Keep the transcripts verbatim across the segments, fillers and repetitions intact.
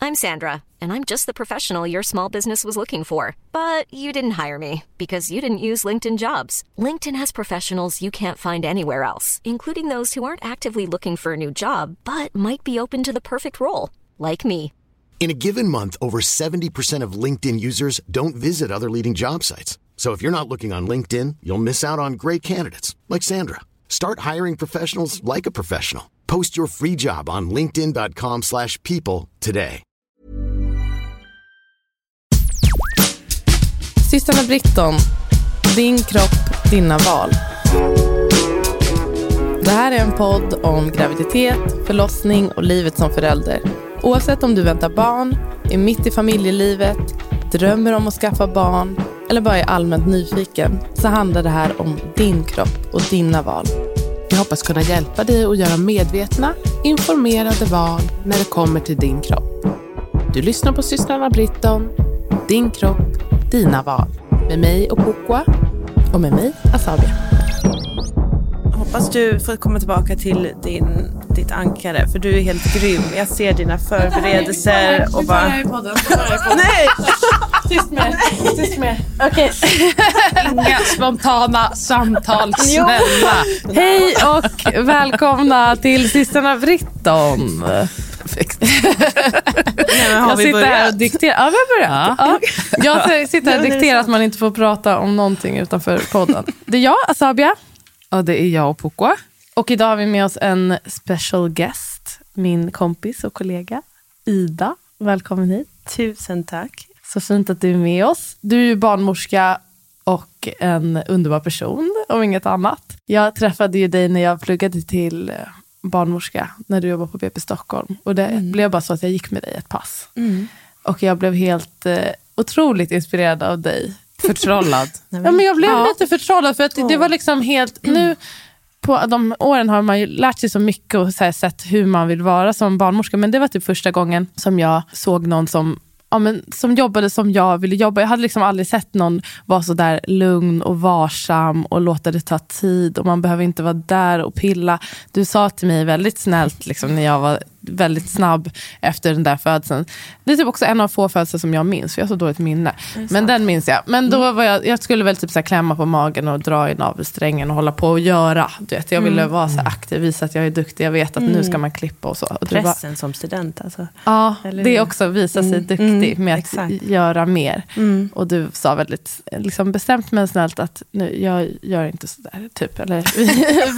I'm Sandra, and I'm just the professional your small business was looking for. But you didn't hire me because you didn't use LinkedIn Jobs. LinkedIn has professionals you can't find anywhere else, including those who aren't actively looking for a new job, but might be open to the perfect role, like me. In a given month, over seventy percent of LinkedIn users don't visit other leading job sites. So if you're not looking on LinkedIn, you'll miss out on great candidates like Sandra. Start hiring professionals like a professional. Post your free job on linkedin dot com slash people today. Systrarna Britton, din kropp, dina val. Det här är en podd om graviditet, förlossning och livet som förälder. Oavsett om du väntar barn, är mitt i familjelivet, drömmer om att skaffa barn eller bara är allmänt nyfiken, så handlar det här om din kropp och dina val. Vi hoppas kunna hjälpa dig att göra medvetna, informerade val när det kommer till din kropp. Du lyssnar på Systrarna Britton, din kropp, dina val. Med mig och Pukwa och med mig Asabia. Hoppas du får komma tillbaka till din, ditt ankare, för du är helt grym. Jag ser dina förberedelser och bara... Nu får jag i podden. Nej! Tyst med, tyst med. Okej. Inga spontana samtal, snälla. Hej och välkomna till Systrarna Britton. Perfekt. Nej, men har jag vi sitter börjat? här och dikterar. Ja, vi har börjat. Ja. Jag sitter här och dikterar att man inte får prata om någonting utanför podden. Det är jag, Asabia. Ja, det är jag och Pukwa. Och idag har vi med oss en special guest. Min kompis och kollega Ida. Välkommen hit. Tusen tack. Så fint att du är med oss. Du är ju barnmorska och en underbar person, om inget annat. Jag träffade ju dig när jag pluggade till barnmorska, när du jobbade på B P Stockholm. Och det mm. blev bara så att jag gick med dig ett pass. Mm. Och jag blev helt eh, otroligt inspirerad av dig. Förtrollad. Ja, men jag blev ja. lite förtrollad för att det, det var liksom helt... Mm. Nu på de åren har man ju lärt sig så mycket och så här, sett hur man vill vara som barnmorska. Men det var typ första gången som jag såg någon som... Ja, men som jobbade som jag ville jobba. Jag hade liksom aldrig sett någon vara så där lugn och varsam och låta det ta tid. Och man behöver inte vara där och pilla. Du sa till mig väldigt snällt liksom, när jag var väldigt snabb efter den där födseln. Det är typ också en av få födelser som jag minns. För jag har så dåligt minne. Men den minns jag. Men då var jag, jag skulle väl typ så här klämma på magen och dra i navelsträngen och hålla på och göra. Du vet, jag ville mm. vara så aktiv, visa att jag är duktig. Jag vet att mm. nu ska man klippa och så. Och pressen bara, som student alltså. Ja, Eller det är också visa sig mm. duktig med att Exakt. göra mer. Mm. Och du sa väldigt liksom bestämt men snällt att nu, jag gör inte så där typ. Eller, vi,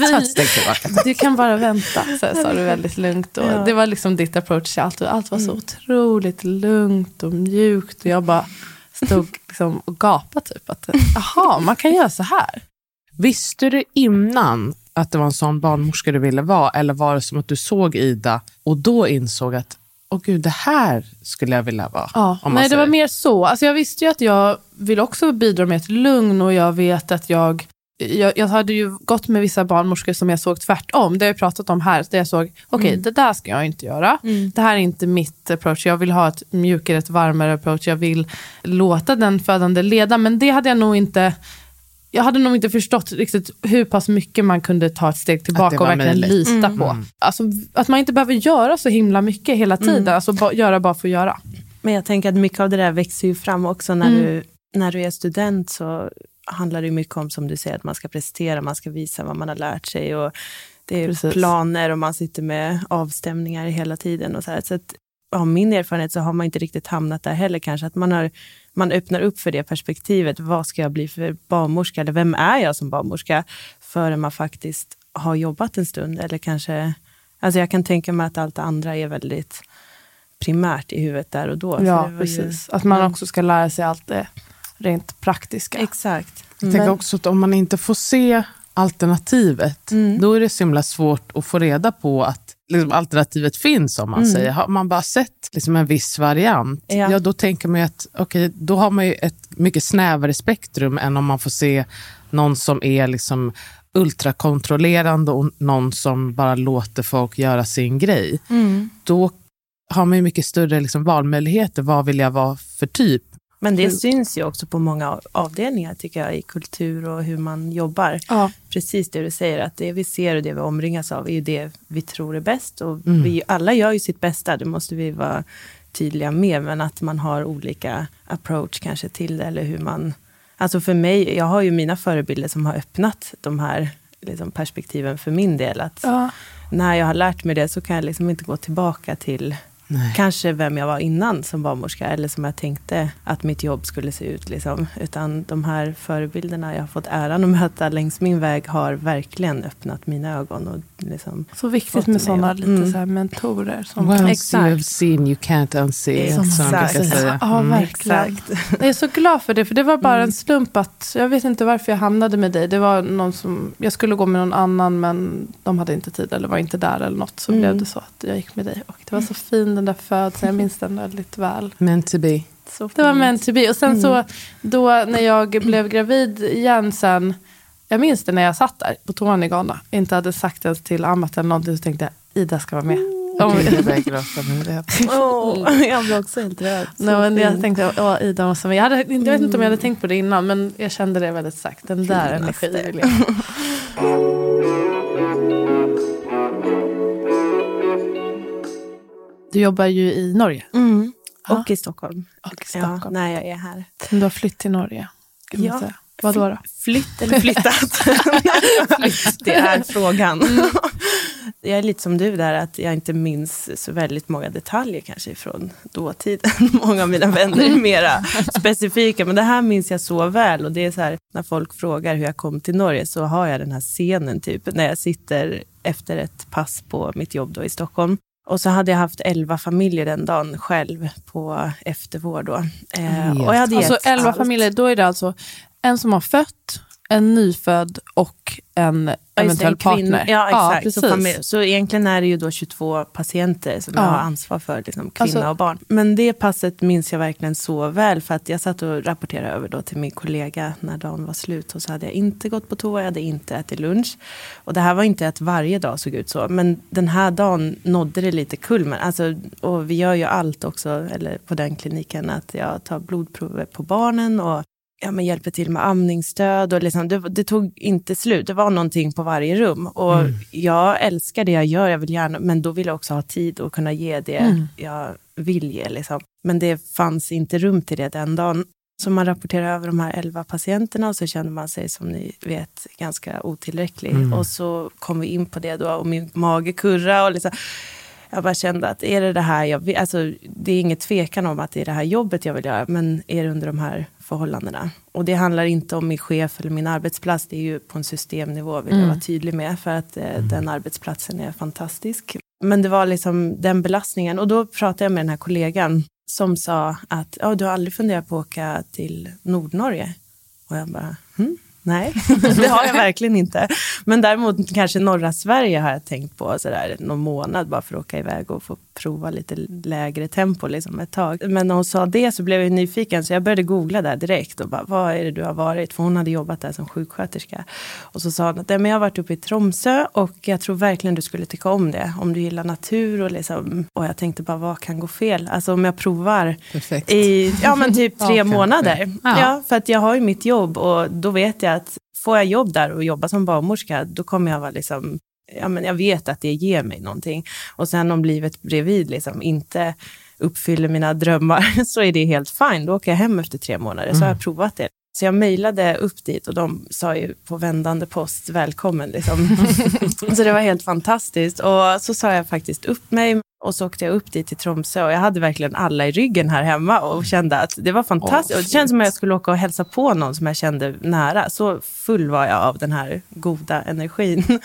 vi, du kan bara vänta, så här, sa du väldigt lugnt. Och ja. Det var liksom ditt approach till allt. Och allt var så mm. otroligt lugnt och mjukt. Och jag bara stod liksom och gapade typ. Att, aha, man kan göra så här. Visste du innan att det var en sån barnmorska du ville vara? Eller var det som att du såg Ida och då insåg att åh gud, det här skulle jag vilja vara? Ja, nej, säger. Det var mer så. Alltså jag visste ju att jag vill också bidra med ett lugn och jag vet att jag, jag, jag hade ju gått med vissa barnmorskor som jag såg tvärtom. Det har jag pratat om här. Där jag såg, okej, okay, mm. det där ska jag inte göra. Mm. Det här är inte mitt approach. Jag vill ha ett mjukare, ett varmare approach. Jag vill låta den födande leda. Men det hade jag nog inte... Jag hade nog inte förstått riktigt hur pass mycket man kunde ta ett steg tillbaka och verkligen möjligt. lita mm. på. Alltså, att man inte behöver göra så himla mycket hela tiden. Mm. Alltså ba- göra bara för att göra. Men jag tänker att mycket av det där växer ju fram också när, mm. du, när du är student, så handlar det mycket om, som du säger, att man ska prestera, man ska visa vad man har lärt sig och det är Precis. planer och man sitter med avstämningar hela tiden och så här. Så att av min erfarenhet så har man inte riktigt hamnat där heller kanske, att man har man öppnar upp för det perspektivet. Vad ska jag bli för barnmorska? Eller vem är jag som barnmorska? Förrän man faktiskt har jobbat en stund. Eller kanske... Alltså jag kan tänka mig att allt det andra är väldigt primärt i huvudet där och då. Ja, precis. Ju... Att man också ska lära sig allt det rent praktiska. Exakt. Mm. Jag tänker också att om man inte får se alternativet, mm. då är det så himla svårt att få reda på att liksom, alternativet finns, om man mm. säger. Har man bara sett liksom, en viss variant, ja. ja då tänker man ju att okay, då har man ju ett mycket snävare spektrum än om man får se någon som är liksom ultrakontrollerande och någon som bara låter folk göra sin grej. Mm. Då har man ju mycket större liksom, valmöjligheter. Vad vill jag vara för typ? Men det syns ju också på många avdelningar, tycker jag, i kultur och hur man jobbar. Ja. Precis det du säger, att det vi ser och det vi omringas av är ju det vi tror är bäst. Och mm. vi alla gör ju sitt bästa, det måste vi vara tydliga med, men att man har olika approach kanske till det, eller hur man... Alltså för mig, jag har ju mina förebilder som har öppnat de här liksom, perspektiven för min del. Att ja. När jag har lärt mig det så kan jag liksom inte gå tillbaka till Nej. Kanske vem jag var innan som barnmorska, eller som jag tänkte att mitt jobb skulle se ut. Liksom. Utan de här förebilderna jag har fått äran att möta längs min väg har verkligen öppnat mina ögon. Och liksom så viktigt med sådana lite mm. så här mentorer. Som Once exakt. You have seen, you can't unsee. Exakt. Exakt. Ja, verkligen. Exakt. Jag är så glad för det, för det var bara mm. en slump att, jag vet inte varför jag hamnade med dig. Det var någon som, jag skulle gå med någon annan, men de hade inte tid eller var inte där eller något. Så mm. blev det så att jag gick med dig. Och det var så fin den där födseln, jag minns den väldigt väl. Meant to be. Så det var meant to be. Och sen mm. så, då när jag blev gravid igen sen, jag minns det när jag satt där på toan i Ghana, inte hade sagt det till Amat eller någonting, så tänkte jag, Ida ska vara med. Mm. Oh, jag började gråta nu. Oh, jag blev också helt röd. No, men jag tänkte, åh, Ida måste med. Jag, hade, jag vet inte om jag hade tänkt på det innan, men jag kände det väldigt sagt. Den där energin vill jag. Du jobbar ju i Norge. Mm. Och ja. i Stockholm. Och i Stockholm. Ja, när jag är här. Du har flytt till Norge, kan ja. man säga. Vad då då? Flytt eller flyttat? Flytt, det är frågan. Mm. Jag är lite som du där, att jag inte minns så väldigt många detaljer kanske från dåtiden. Många av mina vänner är mera specifika, men det här minns jag så väl. Och det är så här, när folk frågar hur jag kom till Norge, så har jag den här scenen typ när jag sitter efter ett pass på mitt jobb då i Stockholm. Och så hade jag haft elva familjer den dagen själv på eftervård då. Eh, och jag hade alltså elva familjer, då är det alltså en som har fött, en nyfödd och en eventuell partner. Ja, exakt. Ja, så, familj, så egentligen är det ju då tjugotvå patienter som ja. jag har ansvar för, liksom, kvinna alltså, och barn. Men det passet minns jag verkligen så väl, för att jag satt och rapporterade över då till min kollega när dagen var slut, och så hade jag inte gått på toa, jag hade inte ätit lunch. Och det här var inte att varje dag såg ut så, men den här dagen nådde det lite kulmen. Alltså, och vi gör ju allt också, eller på den kliniken, att jag tar blodprover på barnen och ja, men hjälper till med amningsstöd och liksom, det, det tog inte slut. Det var någonting på varje rum. Och mm. jag älskar det jag gör, jag vill gärna, men då vill jag också ha tid att kunna ge det mm. jag vill ge. Liksom. Men det fanns inte rum till det den dagen. Så man rapporterar över de här elva patienterna, och så känner man sig, som ni vet, ganska otillräcklig. Mm. Och så kom vi in på det då, och min mage kurra och liksom... Jag bara kände att är det det här jag vill, alltså det är inget tvekan om att det är det här jobbet jag vill göra, men är det under de här förhållandena? Och det handlar inte om min chef eller min arbetsplats, det är ju på en systemnivå, vill jag mm. vara tydlig med, för att eh, mm. den arbetsplatsen är fantastisk. Men det var liksom den belastningen, och då pratade jag med den här kollegan som sa att ja, du har aldrig funderat på att åka till Nordnorge? Och jag bara, hm? Nej, det har jag verkligen inte. Men däremot kanske norra Sverige har jag tänkt på sådär någon månad, bara för att åka iväg och få prova lite lägre tempo liksom ett tag. Men när hon sa det så blev jag nyfiken, så jag började googla där direkt och bara, vad är det du har varit? För hon hade jobbat där som sjuksköterska. Och så sa hon att men jag har varit uppe i Tromsö, och jag tror verkligen du skulle tycka om det. Om du gillar natur och liksom, och jag tänkte bara, vad kan gå fel? Alltså om jag provar Perfekt. i ja, men typ tre månader. Ja. ja, för att jag har ju mitt jobb, och då vet jag att får jag jobb där och jobba som barnmorska, då kommer jag vara liksom, ja men jag vet att det ger mig någonting. Och sen om livet bredvid liksom inte uppfyller mina drömmar, så är det helt fine. Då åker jag hem efter tre månader, så har jag provat det. Så jag mejlade upp dit, och de sa ju på vändande post, välkommen liksom. Så det var helt fantastiskt. Och så sa jag faktiskt upp mig. Och så åkte jag upp dit till Tromsö, och jag hade verkligen alla i ryggen här hemma och kände att det var fantastiskt. Oh, och det kändes som att jag skulle åka och hälsa på någon som jag kände nära. Så full var jag av den här goda energin.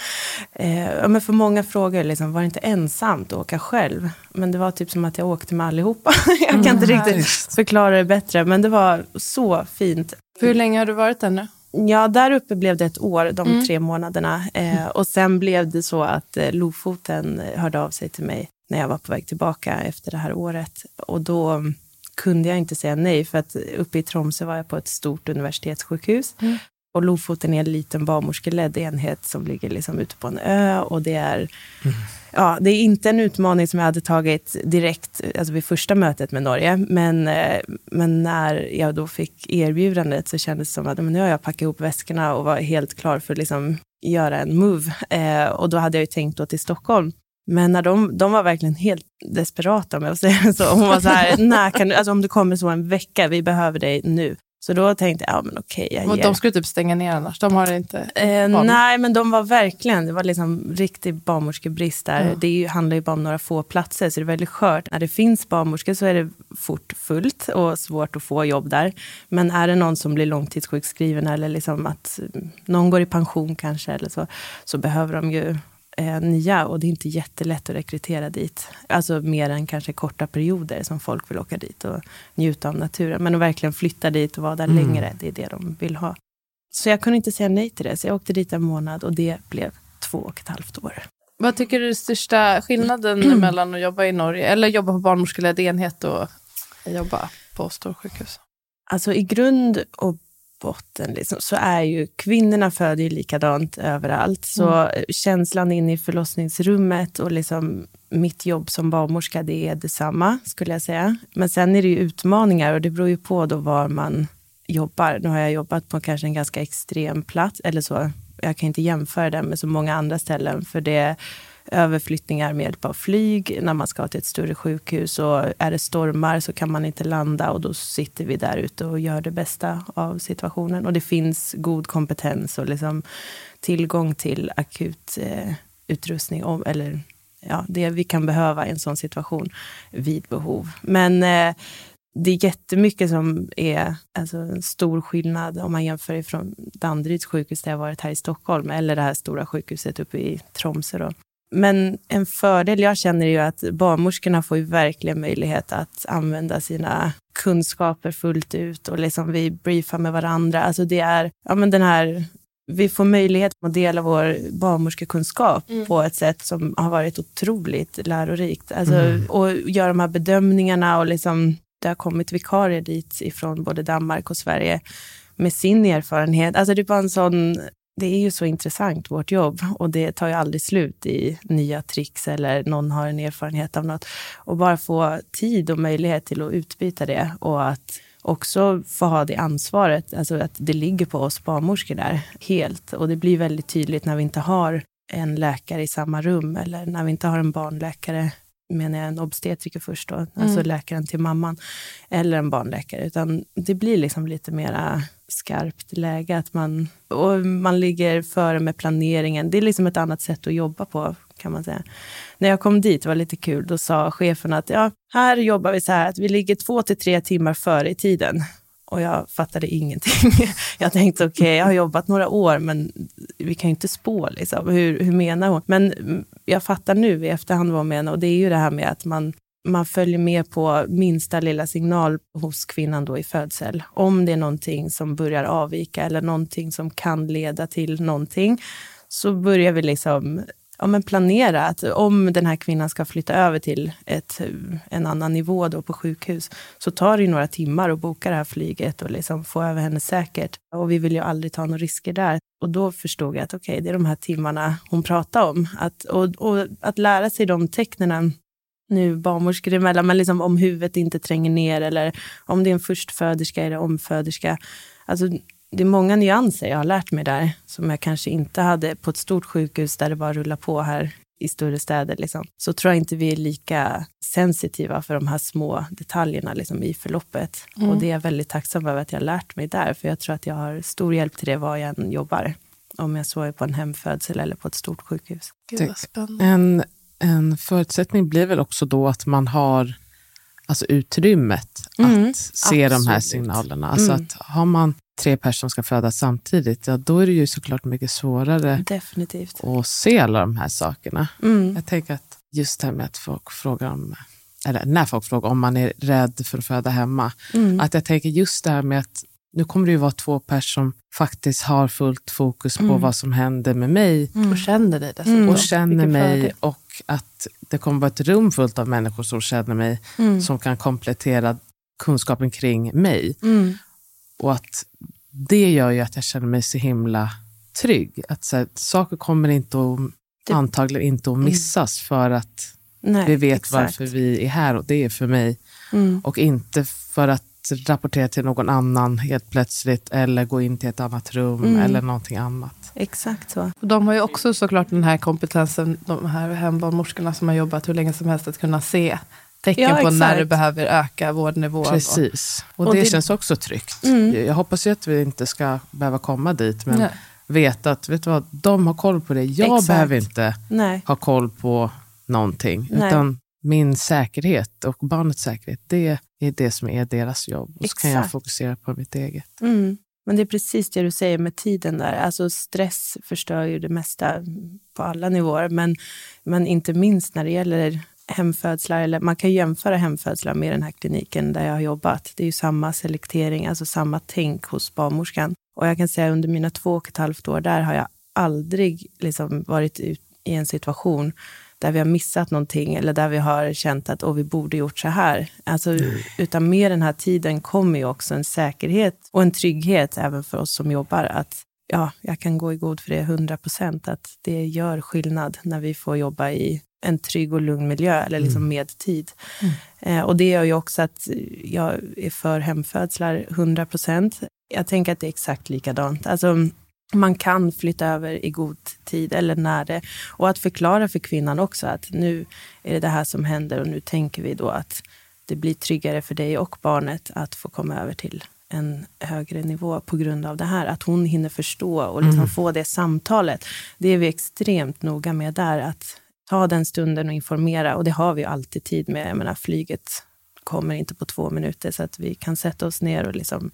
Eh, men för många frågor liksom, var det inte ensamt att åka själv. Men det var typ som att jag åkte med allihopa. Jag kan mm, inte riktigt härligt. förklara det bättre, men det var så fint. För hur länge har du varit där nu? Ja, där uppe blev det ett år, de mm. tre månaderna. Eh, och sen blev det så att eh, Lofoten hörde av sig till mig när jag var på väg tillbaka efter det här året. Och då kunde jag inte säga nej, för att uppe i Tromsö var jag på ett stort universitetssjukhus. Mm. Och Lofoten är en liten barnmorskeledd enhet som ligger liksom ute på en ö, och det är... Mm. Ja, det är inte en utmaning som jag hade tagit direkt, alltså vid första mötet med Norge, men, men när jag då fick erbjudandet så kändes det som att men nu har jag packat ihop väskorna och var helt klar för att liksom göra en move. Eh, och då hade jag ju tänkt då till Stockholm. Men när de, de var verkligen helt desperata med att säga så. Hon var så här, nej, kan du, alltså om du kommer så en vecka, vi behöver dig nu. Så då tänkte jag, ja men okej, jag ger. Och de skulle typ stänga ner annars, de har det inte. Eh, nej, men de var verkligen, det var liksom riktig barnmorskebrist där. Mm. Det är ju, handlar ju bara om några få platser, så det är väldigt skört. När det finns barnmorskor så är det fort fullt och svårt att få jobb där. Men är det någon som blir långtidssjukskriven eller liksom att någon går i pension kanske eller så, så behöver de ju eh, nya, och det är inte jättelätt att rekrytera dit. Alltså mer än kanske korta perioder som folk vill åka dit och njuta av naturen. Men att verkligen flytta dit och vara där mm. längre, det är det de vill ha. Så jag kunde inte säga nej till det, så jag åkte dit en månad och det blev två och ett halvt år. Vad tycker du är största skillnaden mm. mellan att jobba i Norge eller jobba på barnmorskeledd enhet och jobba på storsjukhus? Alltså i grund och botten liksom, så är ju kvinnorna föder ju likadant överallt. Så mm. känslan inne i förlossningsrummet och liksom mitt jobb som barnmorska, det är detsamma skulle jag säga. Men sen är det ju utmaningar och det beror ju på då var man jobbar. Nu har jag jobbat på kanske en ganska extrem plats eller så. Jag kan inte jämföra det med så många andra ställen för det är överflyttningar med hjälp av flyg när man ska till ett större sjukhus, och är det stormar så kan man inte landa och då sitter vi där ute och gör det bästa av situationen. Och det finns god kompetens och liksom tillgång till akut eh, utrustning om, eller ja, det vi kan behöva i en sån situation vid behov. Men eh, det är jättemycket som är alltså, en stor skillnad om man jämför ifrån Danderyds sjukhus där jag varit här i Stockholm eller det här stora sjukhuset uppe i Tromsø då. Men en fördel jag känner är ju att barnmorskorna får ju verkligen möjlighet att använda sina kunskaper fullt ut och liksom vi briefar med varandra. Alltså det är, ja men den här, vi får möjlighet att dela vår barnmorskekunskap mm. på ett sätt som har varit otroligt lärorikt. Alltså, mm. och göra de här bedömningarna och liksom, det har kommit vikarier dit ifrån både Danmark och Sverige med sin erfarenhet. Alltså det är bara en sån, det är ju så intressant vårt jobb och det tar ju aldrig slut i nya tricks eller någon har en erfarenhet av något. Och bara få tid och möjlighet till att utbyta det och att också få ha det ansvaret, alltså att det ligger på oss barnmorskor där helt. Och det blir väldigt tydligt när vi inte har en läkare i samma rum eller när vi inte har en barnläkare, menar jag en obstetriker först då, mm. alltså läkaren till mamman eller en barnläkare, utan det blir liksom lite mera skarpt läge att man, och man ligger före med planeringen. Det är liksom ett annat sätt att jobba på kan man säga. När jag kom dit, det var lite kul, då sa chefen att ja, här jobbar vi så här att vi ligger två till tre timmar före i tiden. Och jag fattade ingenting. Jag tänkte okej, okay, jag har jobbat några år men vi kan ju inte spå liksom. Hur, hur menar hon? Men jag fattar nu i efterhand vad hon menar, och det är ju det här med att man, man följer med på minsta lilla signal hos kvinnan då i födsel. Om det är någonting som börjar avvika eller någonting som kan leda till någonting, så börjar vi liksom ja, men planera att om den här kvinnan ska flytta över till ett, en annan nivå då på sjukhus, så tar det ju några timmar att boka det här flyget och liksom få över henne säkert. Och vi vill ju aldrig ta några risker där. Och då förstod jag att okej, okay, det är de här timmarna hon pratar om. Att, och, och att lära sig de tecknena nu barnmorskor emellan, men liksom om huvudet inte tränger ner eller om det är en förstföderska eller omföderska. Alltså det är många nyanser jag har lärt mig där som jag kanske inte hade på ett stort sjukhus där det bara rullar på här i större städer. Liksom. Så tror jag inte vi är lika sensitiva för de här små detaljerna liksom, i förloppet. Mm. Och det är jag väldigt tacksam över att jag har lärt mig där. För jag tror att jag har stor hjälp till det var jag än jobbar. Om jag så är på en hemfödsel eller på ett stort sjukhus. Gud, vad spännande. En, en förutsättning blir väl också då att man har alltså, utrymmet mm. att se Absolut. De här signalerna. Alltså mm. att har man tre personer som ska föda samtidigt, ja då är det ju såklart mycket svårare Definitivt. Att se alla de här sakerna. Mm. Jag tänker att just det här med att folk frågar om, eller när folk frågar om man är rädd för att föda hemma, mm. att jag tänker just det här med att nu kommer det ju vara två personer som faktiskt har fullt fokus på mm. vad som händer med mig. Mm. Och känner dig dessutom. Mm. Och känner mig, och att det kommer vara ett rum fullt av människor som känner mig, mm. som kan komplettera kunskapen kring mig. Mm. Och att det gör ju att jag känner mig så himla trygg. Att så här, saker kommer inte att, det, antagligen inte att missas mm. för att Nej, vi vet exakt. Varför vi är här och det är för mig. Mm. Och inte för att rapportera till någon annan helt plötsligt eller gå in till ett annat rum mm. eller någonting annat. Exakt så. De har ju också såklart den här kompetensen, de här hembarnmorskorna som har jobbat hur länge som helst, att kunna se tecken ja, på när du behöver öka vårdnivån. Precis. Och, och det, det känns också tryggt. Mm. Jag hoppas ju att vi inte ska behöva komma dit, men Nej. veta att vet du vad, de har koll på det. Jag Exakt. behöver inte Nej. ha koll på någonting. Nej. Utan min säkerhet och barnets säkerhet, det är det som är deras jobb. Och så Exakt. kan jag fokusera på mitt eget. Mm. Men det är precis det du säger med tiden där. Alltså stress förstör ju det mesta på alla nivåer. Men, men inte minst när det gäller hemfödslar. Eller man kan jämföra hemfödslar med den här kliniken där jag har jobbat. Det är ju samma selektering, alltså samma tänk hos barnmorskan. Och jag kan säga under mina två och ett halvt år där har jag aldrig liksom varit i en situation där vi har missat någonting eller där vi har känt att oh, vi borde gjort så här. Alltså, mm. Utan med den här tiden kommer ju också en säkerhet och en trygghet även för oss som jobbar. Att ja, jag kan gå i god för det hundra procent att det gör skillnad när vi får jobba i en trygg och lugn miljö eller liksom mm. med tid. Mm. Eh, och det gör ju också att jag är för hemfödslar hundra procent. Jag tänker att det är exakt likadant. Alltså man kan flytta över i god tid eller när det. Och att förklara för kvinnan också att nu är det det här som händer och nu tänker vi då att det blir tryggare för dig och barnet att få komma över till en högre nivå på grund av det här. Att hon hinner förstå och liksom mm. få det samtalet. Det är vi extremt noga med där, att ta den stunden och informera. Och det har vi ju alltid tid med. Jag menar, flyget kommer inte på två minuter så att vi kan sätta oss ner och liksom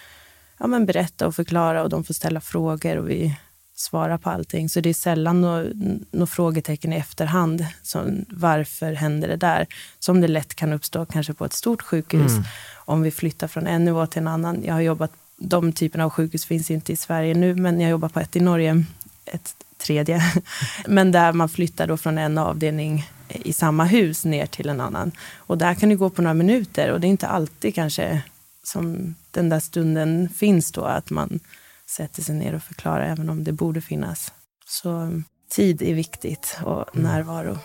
ja, men berätta och förklara och de får ställa frågor och vi svarar på allting. Så det är sällan några nå frågetecken i efterhand som varför händer det där. Som det lätt kan uppstå kanske på ett stort sjukhus mm. om vi flyttar från en nivå till en annan. Jag har jobbat, de typerna av sjukhus finns inte i Sverige nu, men jag jobbar på ett i Norge, ett tredje. Men där man flyttar då från en avdelning i samma hus ner till en annan. Och där kan det gå på några minuter och det är inte alltid kanske som den där stunden finns då, att man sätter sig ner och förklarar även om det borde finnas. Så tid är viktigt och närvaro.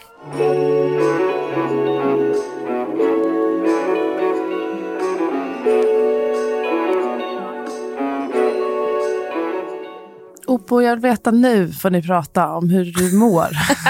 Opo, jag vill veta nu får ni prata om hur du mår.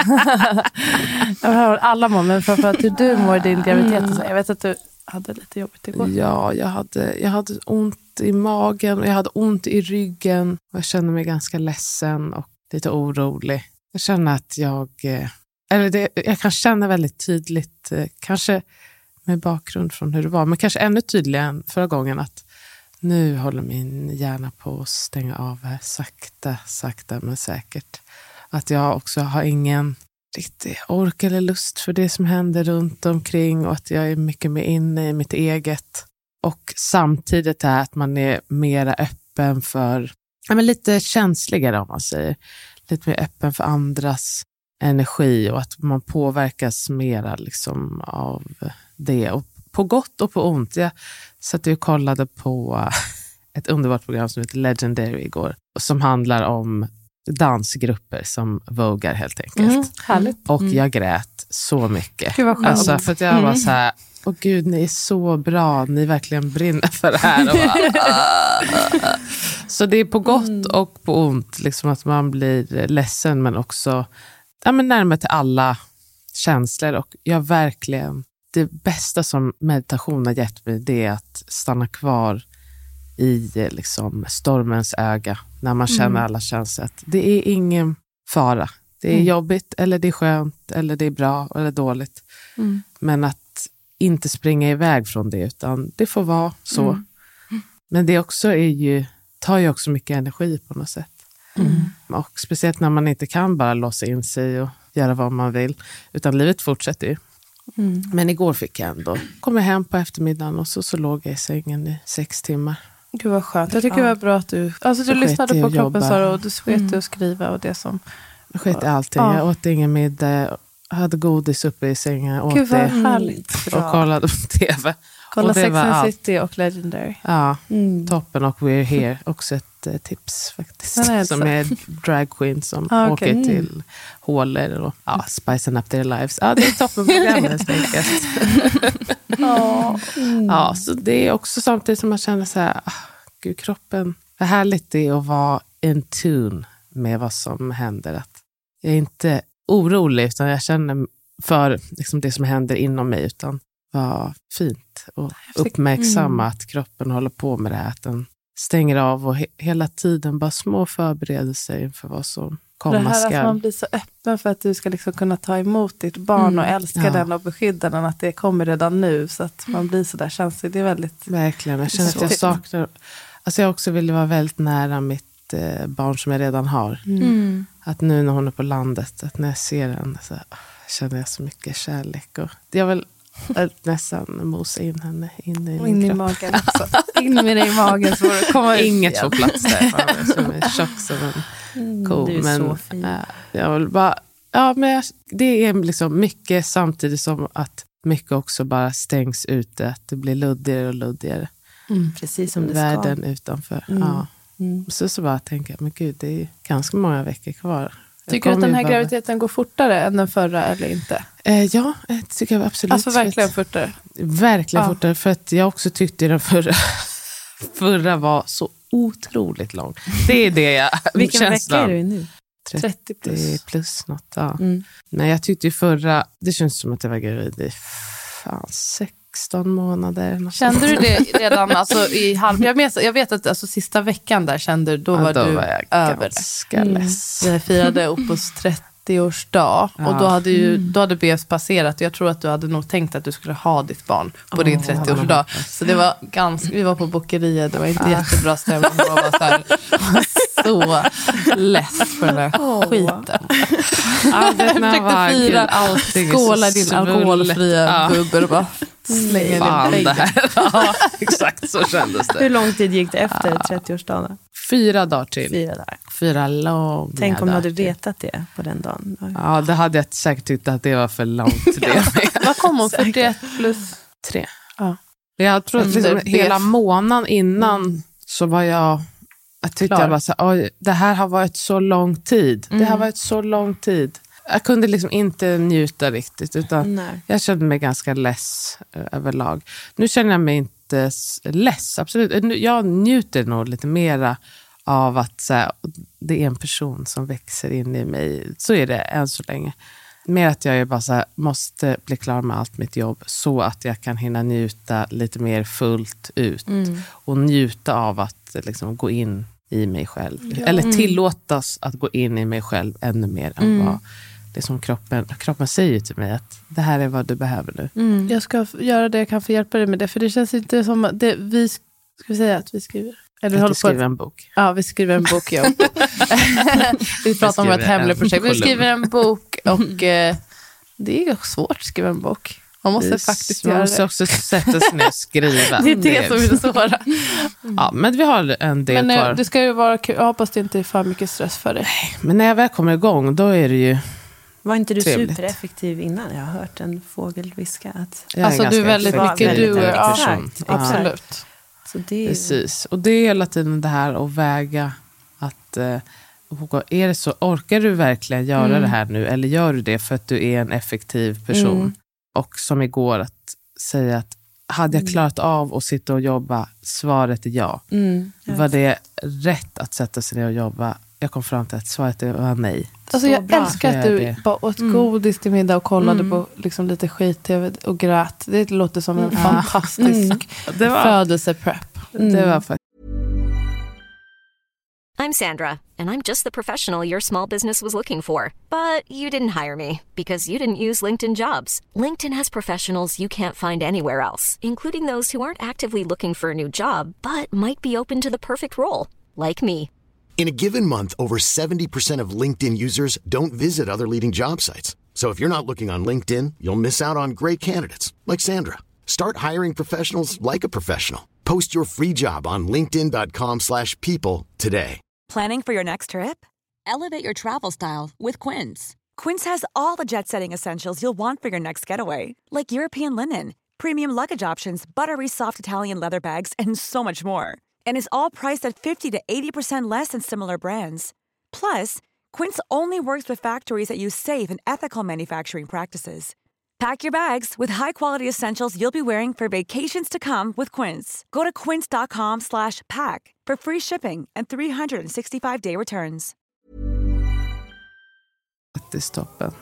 Jag hör alla mår, men framförallt hur du mår i din graviditet. Och så. Jag vet att du hade lite jobbigt igår. Ja, jag hade, jag hade ont i magen och jag hade ont i ryggen. Och jag kände mig ganska ledsen och lite orolig. Jag känner att jag, eller det, jag kan känna väldigt tydligt, kanske med bakgrund från hur det var, men kanske ännu tydligare än förra gången, att nu håller min hjärna på att stänga av här sakta, sakta men säkert. Att jag också har ingen riktig ork eller lust för det som händer runt omkring och att jag är mycket mer inne i mitt eget. Och samtidigt är att man är mera öppen för, ja, men lite känsligare om man säger. Lite mer öppen för andras energi och att man påverkas mera liksom av det. Och på gott och på ont. Jag satt och kollade på ett underbart program som heter Legendary igår. Som handlar om dansgrupper som vogar helt enkelt. Mm, härligt. Och jag grät så mycket. Gud vad skönt. Alltså för att jag mm. var så här, åh gud, ni är så bra. Ni verkligen brinner för det här. Och bara, så det är på gott mm. och på ont. Liksom att man blir ledsen men också ja, men närmare till alla känslor. Och jag verkligen, det bästa som meditation har gett mig, det är att stanna kvar i liksom stormens öga när man känner mm. alla känslor. Det är ingen fara. Det är mm. jobbigt eller det är skönt eller det är bra eller dåligt. Mm. Men att inte springa iväg från det, utan det får vara så. Mm. Men det också är ju, tar ju också mycket energi på något sätt. Mm. Och speciellt när man inte kan bara låsa in sig och göra vad man vill, utan livet fortsätter ju. Mm. Men igår fick jag ändå komma hem på eftermiddagen och så, så låg jag i sängen i sex timmar. Gud vad skönt. Jag tycker ja. det var bra att du, alltså du lyssnade på kroppen, Sara, och du sket mm. att skriva och det som... Jag sket i allting. Ja. Jag åt ingen middag. Jag hade godis uppe i sängen. Åt Gud vad det härligt. Och kollade på tv. Kolla Sex and City och Legendary. Ja, mm. toppen. Och We're Here. Också ett eh, tips faktiskt. Är som är drag queen som ah, okay. åker till mm. hålor och ja, spicing up their lives. Ja, det är toppen program helt enkelt. ja. Mm. ja, så det är också samtidigt som man känner så här, ah, gud, kroppen, vad härligt det är att vara in tune med vad som händer. Att jag är inte orolig, utan jag känner för liksom, det som händer inom mig, utan vad fint och uppmärksamma mm. att kroppen håller på med det här, att den stänger av och he- hela tiden bara små förberedelser inför vad som komma det här skall. Att man blir så öppen för att du ska liksom kunna ta emot ditt barn mm. och älska ja. den och beskydda den, att det kommer redan nu, så att man blir så där känslig. Det är väldigt... Verkligen, jag känner att jag saknar, alltså jag också vill vara väldigt nära mitt eh, barn som jag redan har. Mm. Att nu när hon är på landet, att när jag ser henne så känner jag så mycket kärlek, och jag vill nästan mosa in henne in i, in i magen också. In med dig i magen så det kommer inget får plats där. Som är tjock som en ko. Mm, men så fin. Äh, jag vill bara, ja, men jag, det är liksom mycket, samtidigt som att mycket också bara stängs ute, att det blir luddigare och luddigare. Mm, precis som det världen ska. Utanför. Mm. Ja. Mm. Så så bara tänker jag, men gud, det är ganska många veckor kvar. Tycker du att den här bara... graviditeten går fortare än den förra eller inte? Eh, ja, det tycker jag absolut. Alltså verkligen fortare? Verkligen ja. fortare, för att jag också tyckte den förra, förra var så otroligt lång. Det är det jag... Vilken vecka är du nu? trettio plus. trettio plus något, ja. Mm. Men jag tyckte ju förra, det känns som att jag var gravid i fan sexton månader. Kände du det redan alltså, i halv... Jag, med, jag vet att alltså, sista veckan där kände då var ja, då du var jag över ganska mm. less. Vi firade Oppos trettioårsdag ja. och då hade, ju, då hade B S passerat, och jag tror att du hade nog tänkt att du skulle ha ditt barn på oh, din trettioårsdag. Så det var ganska, vi var på bokeriet, det var inte jättebra stämning. Det var bara så här, så less för den där oh. skiten. Ja, det försökte fira, skåla din alkoholfria ja. bubbel och bara slänga Fan, din det här. Ja, exakt så kändes det. Hur lång tid gick det efter trettioårsdagen? Fyra dagar till. Fyra dagar. Fyra långa Tänk om du hade till. vetat det på den dagen. Ja, det hade jag säkert tyckt att det var för långt. Det. Vad kom hon? fyrtioett plus tre. Ja. Jag tror att liksom hela månaden innan mm. så var jag... Jag tyckte Klar. jag bara så oj, det här har varit så lång tid. Mm. Det har varit så lång tid. Jag kunde liksom inte njuta riktigt, utan Nej. jag kände mig ganska less eh, överlag. Nu känner jag mig inte less, absolut. Jag njuter nog lite mera av att så här, det är en person som växer in i mig. Så är det än så länge. Mer att jag är bara så här, måste bli klar med allt mitt jobb så att jag kan hinna njuta lite mer fullt ut. Mm. Och njuta av att liksom, gå in i mig själv. Ja. Eller tillåtas att gå in i mig själv ännu mer än mm. vad det som kroppen, kroppen säger till mig, att det här är vad du behöver nu. Mm. Jag ska göra det jag kan få hjälpa dig med det, för det känns inte som att det, vi ska vi säga att vi skriver. Eller att vi skriver på en bok. Ja, vi skriver en bok, ja. Vi pratar om ett hemligt projekt. Vi skriver en bok och eh, det är svårt att skriva en bok. Man måste Precis, faktiskt göra det. Man måste också sätta sig ner och skriva. Det är det, det som är det svåra. Mm. Ja, men vi har en del men, kvar. Det ska ju vara kul. Jag hoppas det inte är för mycket stress för dig. Nej, men när jag väl kommer igång, då är det ju Var inte du trevligt. supereffektiv innan? Jag har hört en fågel viska att... Alltså du är väldigt mycket du är. Ja, exakt, absolut. Så det är... Precis. Och det är hela tiden det här att väga att... Eh, är det så, orkar du verkligen göra mm. det här nu? Eller gör du det för att du är en effektiv person? Mm. Och som igår att säga att hade jag klarat av att sitta och jobba? Svaret är ja. Mm. Var det rätt att sätta sig ner och jobba? Jag kom fram till att svaret var nej. Alltså jag bra. älskar att du bara åt mm. godis till middag och kollade mm. på liksom lite skit-tv och grät. Det låter som en mm. fantastisk mm. födelseprep. Mm. Det var faktiskt. I'm Sandra, and I'm just the professional your small business was looking for. But you didn't hire me because you didn't use LinkedIn Jobs. LinkedIn has professionals you can't find anywhere else, including those who aren't actively looking for a new job, but might be open to the perfect role, like me. In a given month, over seventy percent of LinkedIn users don't visit other leading job sites. So if you're not looking on LinkedIn, you'll miss out on great candidates like Sandra. Start hiring professionals like a professional. Post your free job on linkedin dot com slash people today. Planning for your next trip? Elevate your travel style with Quince. Quince has all the jet-setting essentials you'll want for your next getaway, like European linen, premium luggage options, buttery soft Italian leather bags, and so much more. And is all priced at fifty to eighty percent less than similar brands. Plus, Quince only works with factories that use safe and ethical manufacturing practices. Pack your bags with high-quality essentials you'll be wearing for vacations to come with Quince. Go to quince dot com slash pack for free shipping and three hundred sixty-five day returns. Faktiskt toppen.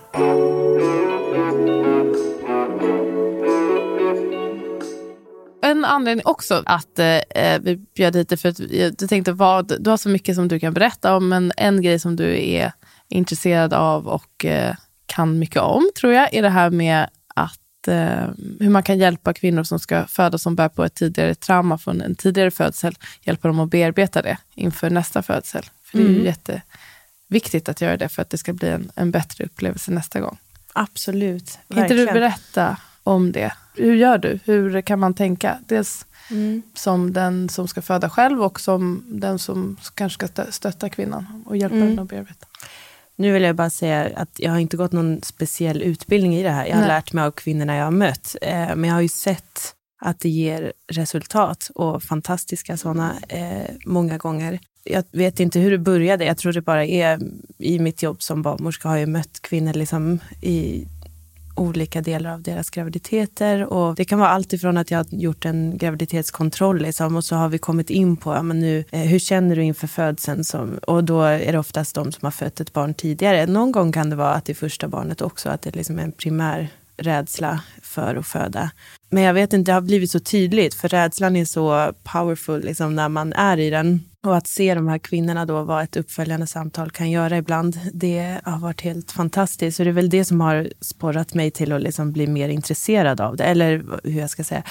En anledning också att eh, vi bjöd hit dig för att jag tänkte vad, du har så mycket som du kan berätta om, men en grej som du är intresserad av och eh, kan mycket om, tror jag, är det här med att eh, hur man kan hjälpa kvinnor som ska födas som bär på ett tidigare trauma från en tidigare födsel, hjälpa dem att bearbeta det inför nästa födsel. För mm. det är ju jätteviktigt att göra det för att det ska bli en, en bättre upplevelse nästa gång. Absolut. Kan inte du berätta om det? Hur gör du? Hur kan man tänka? Dels mm. som den som ska föda själv och som den som kanske ska stötta kvinnan och hjälpa mm. henne att bearbeta. Nu vill jag bara säga att jag har inte gått någon speciell utbildning i det här. Jag har Nej. lärt mig av kvinnorna jag har mött. Eh, men jag har ju sett att det ger resultat och fantastiska sådana eh, många gånger. Jag vet inte hur det började. Jag tror det bara är i mitt jobb som barnmorska har jag mött kvinnor liksom i olika delar av deras graviditeter. Och det kan vara allt ifrån att jag har gjort en graviditetskontroll liksom, och så har vi kommit in på ja, men nu, eh, hur känner du inför födseln? Som, och då är det oftast de som har fött ett barn tidigare. Någon gång kan det vara att det första barnet också, att det liksom är en primär rädsla för att föda. Men jag vet inte, det har blivit så tydligt för rädslan är så powerful liksom, när man är i den. Och att se de här kvinnorna då, vad ett uppföljande samtal kan göra ibland, det har varit helt fantastiskt. Så det är väl det som har sporrat mig till att liksom bli mer intresserad av det. Eller hur jag ska säga.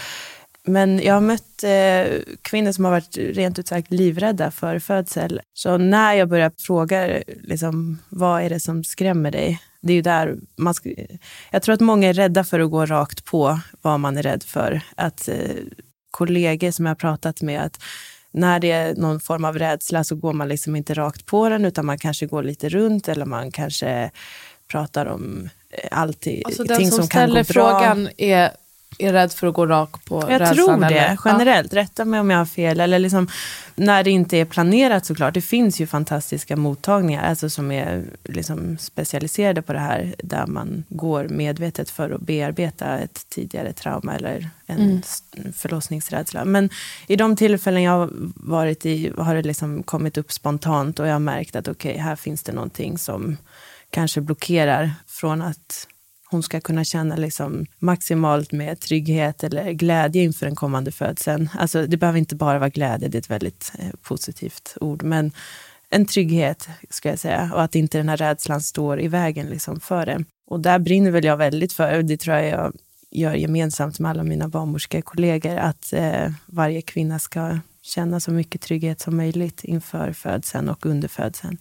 Men jag har mött eh, kvinnor som har varit rent ut sagt livrädda för födsel. Så när jag börjar fråga liksom, vad är det som skrämmer dig? Det är ju där man ska, jag tror att många är rädda för att gå rakt på vad man är rädd för. Att eh, kollegor som jag har pratat med, att när det är någon form av rädsla så går man liksom inte rakt på den, utan man kanske går lite runt eller man kanske pratar om allting alltså ting som, som kan gå bra. Frågan är, är rädd för att gå rakt på jag rädslan. Jag tror det, eller? generellt. Rätta mig om jag har fel. Eller liksom, när det inte är planerat såklart. Det finns ju fantastiska mottagningar alltså som är liksom specialiserade på det här. Där man går medvetet för att bearbeta ett tidigare trauma eller en mm. förlossningsrädsla. Men i de tillfällen jag har varit i har det liksom kommit upp spontant. Och jag har märkt att okej, okay, här finns det någonting som kanske blockerar från att hon ska kunna känna liksom maximalt med trygghet eller glädje inför den kommande födseln. Alltså det behöver inte bara vara glädje, det är ett väldigt eh, positivt ord. Men en trygghet ska jag säga. Och att inte den här rädslan står i vägen liksom för det. Och där brinner väl jag väldigt för. Det tror jag jag gör gemensamt med alla mina barnmorskekollegor. Att eh, varje kvinna ska känna så mycket trygghet som möjligt inför födseln och under födseln.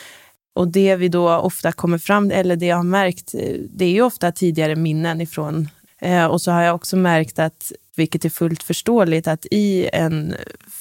Och det vi då ofta kommer fram, eller det jag har märkt, det är ju ofta tidigare minnen ifrån. Eh, och så har jag också märkt att, vilket är fullt förståeligt, att i en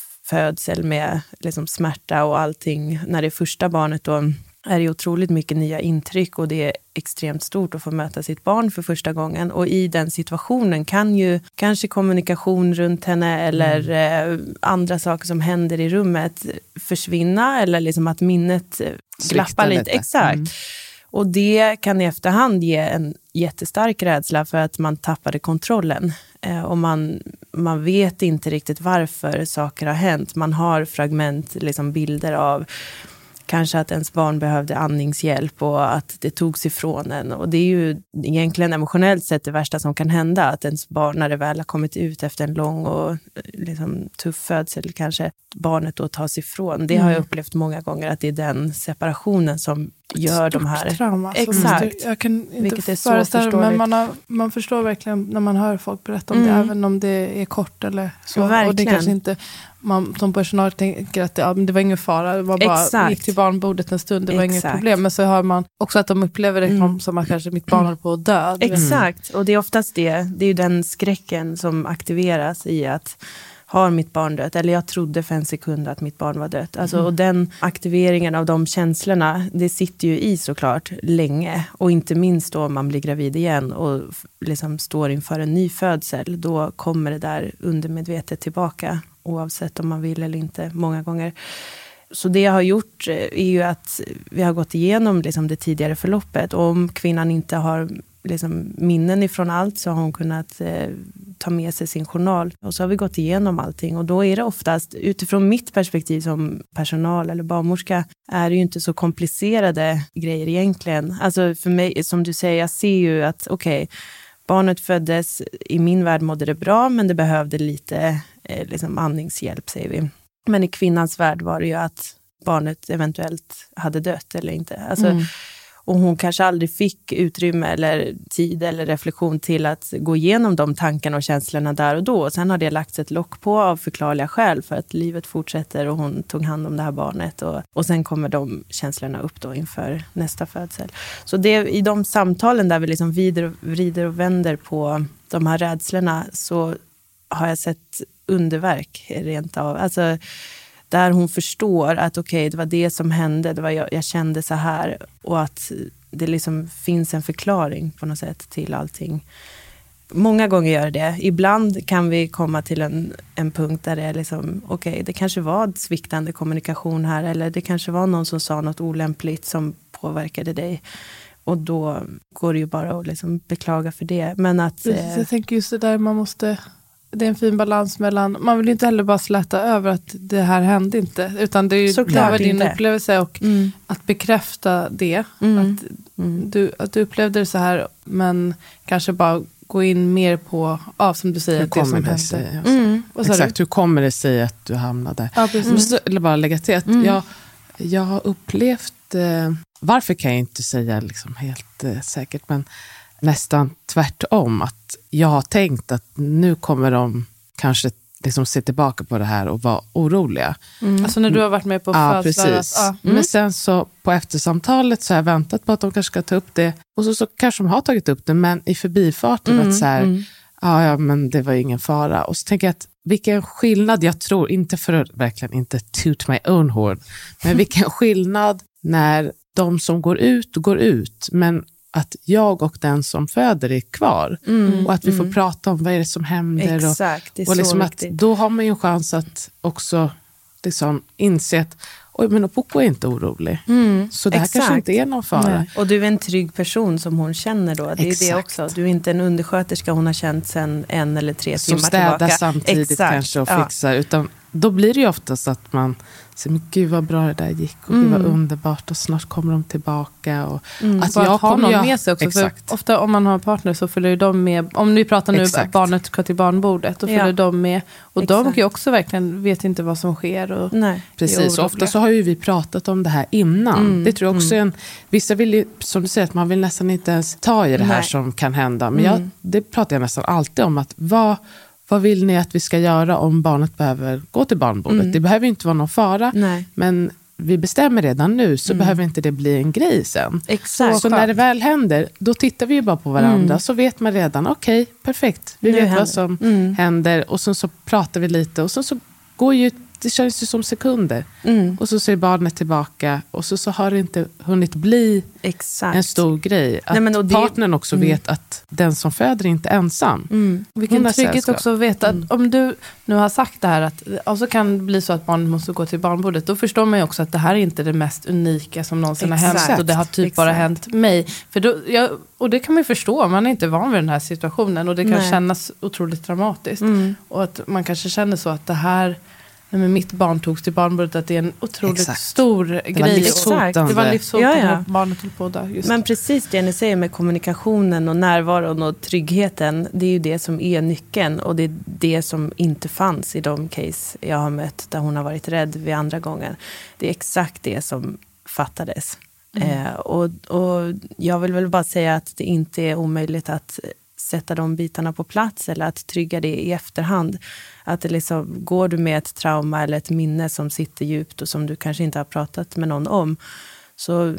födsel med liksom smärta och allting, när det är första barnet då, är det otroligt mycket nya intryck och det är extremt stort att få möta sitt barn för första gången. Och i den situationen kan ju kanske kommunikation runt henne eller mm. eh, andra saker som händer i rummet försvinna eller liksom att minnet glappar lite. Exakt. Mm. Och det kan i efterhand ge en jättestark rädsla för att man tappade kontrollen. Eh, och man, man vet inte riktigt varför saker har hänt. Man har fragment, liksom bilder av kanske att ens barn behövde andningshjälp och att det togs ifrån en. Och det är ju egentligen emotionellt sett det värsta som kan hända. Att ens barn, när det väl har kommit ut efter en lång och liksom tuff födsel, kanske barnet då tas ifrån. Det har jag upplevt många gånger, att det är den separationen som gör de här... trauma. Exakt. Jag kan inte Vilket är så föreställa förståeligt. Men man, har, man förstår verkligen när man hör folk berätta om Mm. det, även om det är kort eller så. Ja, och det kanske inte... Man som personal tänker att det, ja, men det var ingen fara, det var bara Exakt. gick till barnbordet en stund, det var Exakt. inget problem. Men så hör man också att de upplever det mm. som att kanske mitt barn håller på att dö. Exakt, och det är oftast det. Det är ju den skräcken som aktiveras i att har mitt barn dött? Eller jag trodde för en sekund att mitt barn var dött. Alltså, mm. Och den aktiveringen av de känslorna, det sitter ju i såklart länge. Och inte minst då om man blir gravid igen och liksom står inför en ny födsel. Då kommer det där undermedvetet tillbaka. Oavsett om man vill eller inte, många gånger. Så det jag har gjort är ju att vi har gått igenom liksom det tidigare förloppet. Och om kvinnan inte har liksom minnen ifrån allt, så har hon kunnat eh, ta med sig sin journal. Och så har vi gått igenom allting. Och då är det oftast, utifrån mitt perspektiv som personal eller barnmorska, är det ju inte så komplicerade grejer egentligen. Alltså för mig, som du säger, jag ser ju att okej, okay, barnet föddes, i min värld mådde det bra, men det behövde lite eh, liksom andningshjälp, säger vi. Men i kvinnans värld var det ju att barnet eventuellt hade dött eller inte. Alltså, mm. Och hon kanske aldrig fick utrymme eller tid eller reflektion till att gå igenom de tankarna och känslorna där och då. Sen har det lagts ett lock på av förklarliga skäl för att livet fortsätter och hon tog hand om det här barnet. Och, och sen kommer de känslorna upp då inför nästa födsel. Så det, i de samtalen där vi liksom vrider, vrider och vänder på de här rädslorna, så har jag sett underverk rent av. Alltså där hon förstår att okej, okay, det var det som hände, det var jag, jag kände så här, och att det liksom finns en förklaring på något sätt till allting. Många gånger gör det. Ibland kan vi komma till en, en punkt där det är liksom, okej, okay, det kanske var sviktande kommunikation här, eller det kanske var någon som sa något olämpligt som påverkade dig. Och då går det ju bara att liksom beklaga för det. Men att, eh... jag tänker just det där, man måste... Det är en fin balans mellan, man vill inte heller bara släta över att det här hände inte, utan det är ju det var din inte. upplevelse och mm. att bekräfta det, mm. Att, mm. Du, att du upplevde det så här, men kanske bara gå in mer på, ja, som du säger, hur att det som det hände. Sig, alltså. mm. Exakt, hur kommer det sig att du hamnade? Ja, precis. Mm. Eller bara lägga till att mm. jag, jag har upplevt, eh, varför kan jag inte säga liksom helt eh, säkert, men nästan tvärtom, att jag har tänkt att nu kommer de kanske liksom se tillbaka på det här och vara oroliga. Mm. Alltså när du har varit med på ja, födslar. Precis. Ja. Mm. Men sen så på eftersamtalet så har jag väntat på att de kanske ska ta upp det. Och så, så kanske de har tagit upp det, men i förbifarten mm. att så här, mm. ja, ja men det var ingen fara. Och så tänker jag att vilken skillnad jag tror, inte för att verkligen inte toot my own horn, men vilken skillnad när de som går ut går ut, men att jag och den som föder är kvar. Mm, och att vi får mm. prata om vad är det som händer. Exakt, det är och, och liksom så att viktigt. Då har man ju en chans att också liksom inse att oj, men Opoku är inte orolig. Mm, så det här exakt. Kanske inte är någon fara. Nej. Och du är en trygg person som hon känner då. Det är exakt. Det också. Du är inte en undersköterska hon har känt sedan en eller tre som timmar tillbaka. Som städar samtidigt exakt. Kanske och fixar. Ja. Utan då blir det ju oftast att man säger, men gud vad bra det där gick och mm. gud vad underbart och snart kommer de tillbaka. Och mm. att jag har någon jag... med sig också. Exakt. För ofta om man har en partner så följer de med, om vi pratar nu att barnet ska till barnbordet, då följer ja. De med. Och exakt. De kan ju också verkligen vet inte vad som sker. Och nej. Precis, och ofta så har ju vi pratat om det här innan. Mm. Det tror jag också mm. en, vissa vill ju, som du säger, att man vill nästan inte ens ta i det här nej. Som kan hända. Men jag, det pratar jag nästan alltid om, att vad Vad vill ni att vi ska göra om barnet behöver gå till barnbordet? Mm. Det behöver inte vara någon fara. Nej. Men vi bestämmer redan nu så mm. behöver inte det bli en grej sen. Exakt. Så, så när det väl händer, då tittar vi ju bara på varandra. Mm. Så vet man redan, okej, okay, perfekt. Vi nu vet händer. Vad som mm. händer. Och så, så pratar vi lite. Och så, så går ju, det känns ju som sekunder. Mm. Och så ser barnet tillbaka. Och så, så har det inte hunnit bli exakt. En stor grej. Att nej, men det, partnern också mm. vet att den som föder är inte ensam. Mm. Vilken trygghet också att veta att mm. om du nu har sagt det här att och så kan det bli så att barnet måste gå till barnbordet, då förstår man ju också att det här är inte det mest unika som någonsin exakt. Har hänt och det har typ exakt. Bara hänt mig. För då, jag, och det kan man ju förstå, man är inte van vid den här situationen och det kan nej. Kännas otroligt dramatiskt. Mm. Och att man kanske känner så att det här men mitt barn togs till barnbordet, att det är en otroligt exakt. Stor det grej. Var livshotande. Det var livshotande ja, ja. Barnet höll på där. Just men det. Precis det ni säger med kommunikationen och närvaron och tryggheten, det är ju det som är nyckeln och det är det som inte fanns i de case jag har mött där hon har varit rädd vid andra gången. Det är exakt det som fattades. Mm. Eh, och, och jag vill väl bara säga att det inte är omöjligt att sätta de bitarna på plats eller att trygga det i efterhand. Att det liksom, går du med ett trauma eller ett minne som sitter djupt och som du kanske inte har pratat med någon om, så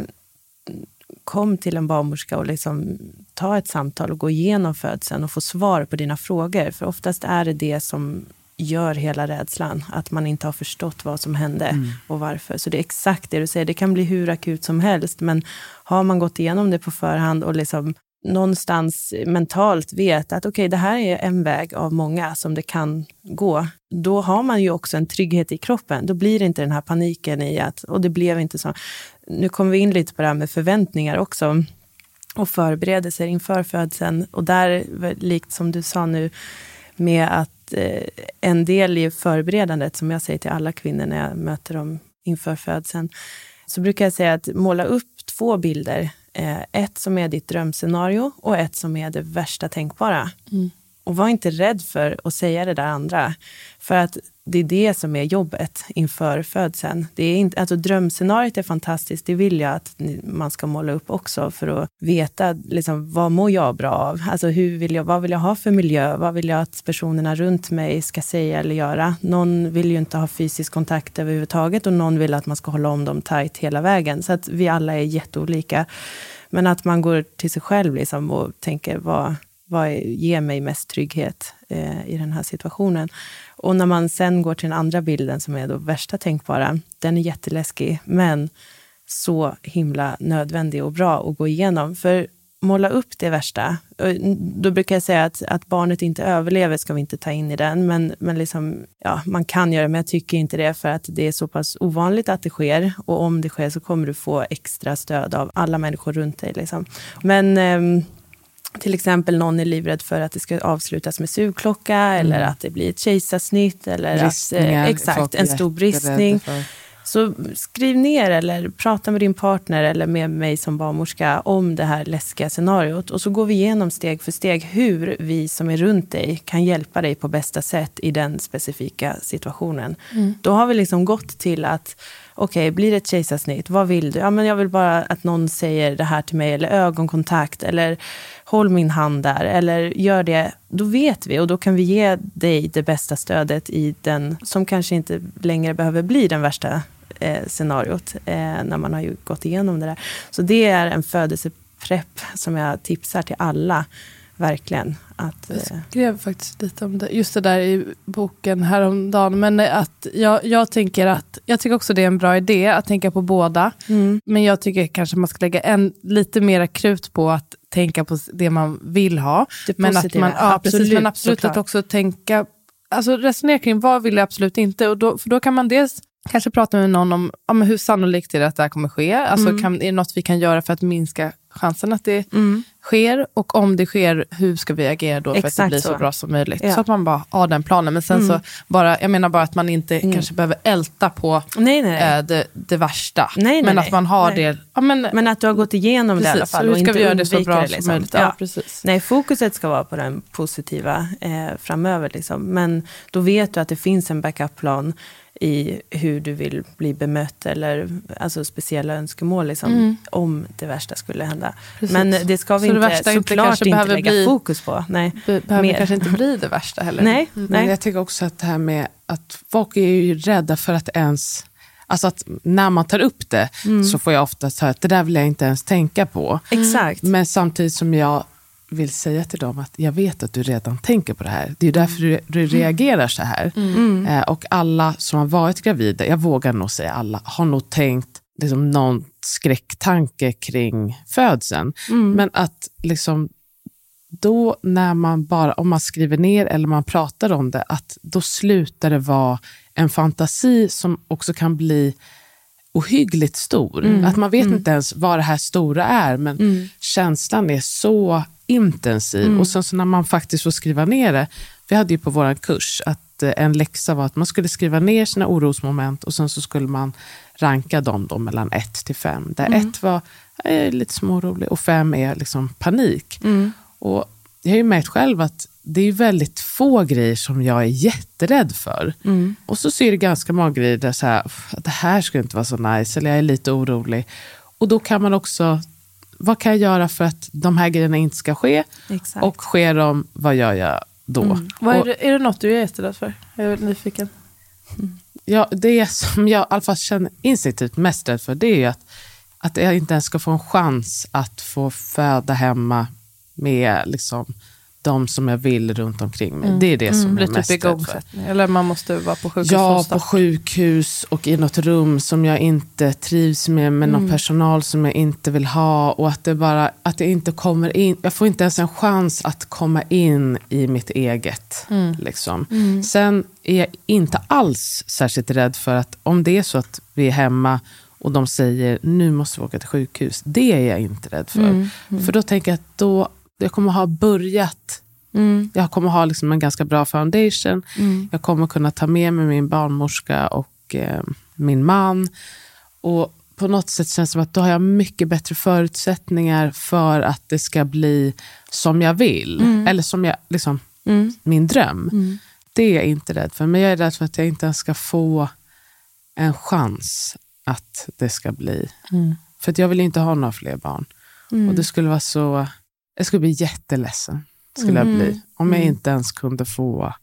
kom till en barnmorska och liksom ta ett samtal och gå igenom födseln och få svar på dina frågor. För oftast är det det som gör hela rädslan, att man inte har förstått vad som hände mm. och varför. Så det är exakt det du säger, det kan bli hur akut som helst, men har man gått igenom det på förhand och liksom någonstans mentalt vet att okej, okay, det här är en väg av många som det kan gå. Då har man ju också en trygghet i kroppen. Då blir det inte den här paniken i att, och det blev inte så. Nu kommer vi in lite på det här med förväntningar också. och förberedelser inför födseln. Och där, likt som du sa nu, med att eh, en del i förberedandet, som jag säger till alla kvinnor när jag möter dem inför födseln, så brukar jag säga att måla upp två bilder. Eh, ett som är ditt drömscenario och ett som är det värsta tänkbara. Mm. Och var inte rädd för att säga det där andra. För att det är det som är jobbet inför födseln. Det är inte, alltså drömscenariot är fantastiskt. Det vill jag att man ska måla upp också. För att veta liksom, vad mår jag bra av? Alltså hur vill jag, vad vill jag ha för miljö? Vad vill jag att personerna runt mig ska säga eller göra? Någon vill ju inte ha fysisk kontakt överhuvudtaget. Och någon vill att man ska hålla om dem tajt hela vägen. Så att vi alla är jätteolika. Men att man går till sig själv liksom, och tänker vad... vad ger mig mest trygghet eh, i den här situationen. Och när man sen går till den andra bilden som är då värsta tänkbara, den är jätteläskig men så himla nödvändig och bra att gå igenom. För måla upp det värsta, då brukar jag säga att, att barnet inte överlever ska vi inte ta in i den, men, men liksom, ja, man kan göra det, men jag tycker inte det för att det är så pass ovanligt att det sker, och om det sker så kommer du få extra stöd av alla människor runt dig. Liksom. Men... Eh, till exempel någon är livrädd för att det ska avslutas med sugklocka mm. eller att det blir ett kejsarsnitt eller att, eh, exakt, en stor bristning. Så skriv ner eller prata med din partner eller med mig som barnmorska om det här läskiga scenariot. Och så går vi igenom steg för steg hur vi som är runt dig kan hjälpa dig på bästa sätt i den specifika situationen. Mm. Då har vi liksom gått till att okej, okay, blir det ett kejsarsnitt? Vad vill du? Ja, men jag vill bara att någon säger det här till mig, eller ögonkontakt, eller håll min hand där, eller gör det. Då vet vi, och då kan vi ge dig det bästa stödet i den som kanske inte längre behöver bli den värsta eh, scenariot eh, när man har ju gått igenom det där. Så det är en födelseprepp som jag tipsar till alla, verkligen. Att, jag skrev faktiskt lite om det, just det där i boken häromdagen, men att jag, jag tänker att jag tycker också det är en bra idé att tänka på båda, mm. men jag tycker kanske man ska lägga en lite mera krut på att tänka på det man vill ha, det men att man ja, absolut, precis, men absolut att också tänka, alltså resonera kring vad vill jag absolut inte, och då, för då kan man dels kanske prata med någon om ja, men hur sannolikt är det att det här kommer ske, alltså mm. kan, är det något vi kan göra för att minska chansen att det mm. sker, och om det sker, hur ska vi agera då för Exakt att det blir så, så bra som möjligt, ja. Så att man bara har den planen, men sen mm. så bara, jag menar bara att man inte mm. kanske behöver älta på nej, nej. Äh, det, det värsta, nej, nej, men att man har nej. det ja, men, men att du har gått igenom precis, det i alla fall, och hur ska inte vi göra det så bra det, liksom. som möjligt, ja, ja, precis. Nej, fokuset ska vara på den positiva eh, framöver liksom. Men då vet du att det finns en backup-plan i hur du vill bli bemött eller alltså speciella önskemål liksom, mm. om det värsta skulle hända. Precis. Men det ska vi så inte, det såklart inte, inte lägga bli, fokus på. Nej, be, behöver mer. Kanske inte bli det värsta heller. Nej, mm. nej. Men jag tycker också att det här med att folk är ju rädda för att ens, alltså att när man tar upp det mm. så får jag ofta säga att det där vill jag inte ens tänka på. Exakt. Men samtidigt som jag vill säga till dem att jag vet att du redan tänker på det här. Det är ju därför du, du reagerar så här. Mm. Eh, och alla som har varit gravida, jag vågar nog säga alla, har nog tänkt liksom någon skräcktanke kring födseln. Mm. Men att liksom då när man bara, om man skriver ner eller man pratar om det, att då slutar det vara en fantasi som också kan bli ohyggligt stor. Mm. Att man vet mm. inte ens vad det här stora är, men mm. känslan är så intensiv. Mm. Och sen så när man faktiskt får skriva ner det, vi hade ju på våran kurs att eh, en läxa var att man skulle skriva ner sina orosmoment och sen så skulle man ranka dem då mellan ett till fem. Där mm. ett var eh, lite smårolig och fem är liksom panik. Mm. Och jag har ju märkt själv att det är väldigt få grejer som jag är jätterädd för. Mm. Och så ser det ganska många grejer där så här, det här skulle inte vara så nice, eller jag är lite orolig. Och då kan man också, vad kan jag göra för att de här grejerna inte ska ske? Exakt. Och sker de, vad gör jag då? Mm. Vad är, det, är det något du är jätterädd för? Jag är nyfiken. Mm. Ja, det som jag i alla fall känner instinktivt mest rädd för, det är ju att, att jag inte ens ska få en chans att få föda hemma med liksom de som jag vill runt omkring mig. Mm. Det är det som mm. jag är mest typ rädd för. Eller man måste vara på sjukhus. Ja, på sjukhus och i något rum som jag inte trivs med, med mm. någon personal som jag inte vill ha, och att det bara, att det inte kommer in, jag får inte ens en chans att komma in i mitt eget. Mm. Liksom. Mm. Sen är jag inte alls särskilt rädd för att om det är så att vi är hemma och de säger nu måste vi åka till sjukhus. Det är jag inte rädd för. Mm. Mm. För då tänker jag att då, jag kommer ha börjat. Mm. Jag kommer ha liksom en ganska bra foundation. Mm. Jag kommer kunna ta med mig min barnmorska och eh, min man. Och på något sätt känns det som att då har jag mycket bättre förutsättningar för att det ska bli som jag vill. Mm. Eller som jag, liksom, mm. min dröm. Mm. Det är jag inte rädd för. Men jag är rädd för att jag inte ens ska få en chans att det ska bli. Mm. För att jag vill inte ha några fler barn. Mm. Och det skulle vara så... Jag skulle bli jätteledsen. Skulle mm. jag bli. Om jag inte ens kunde få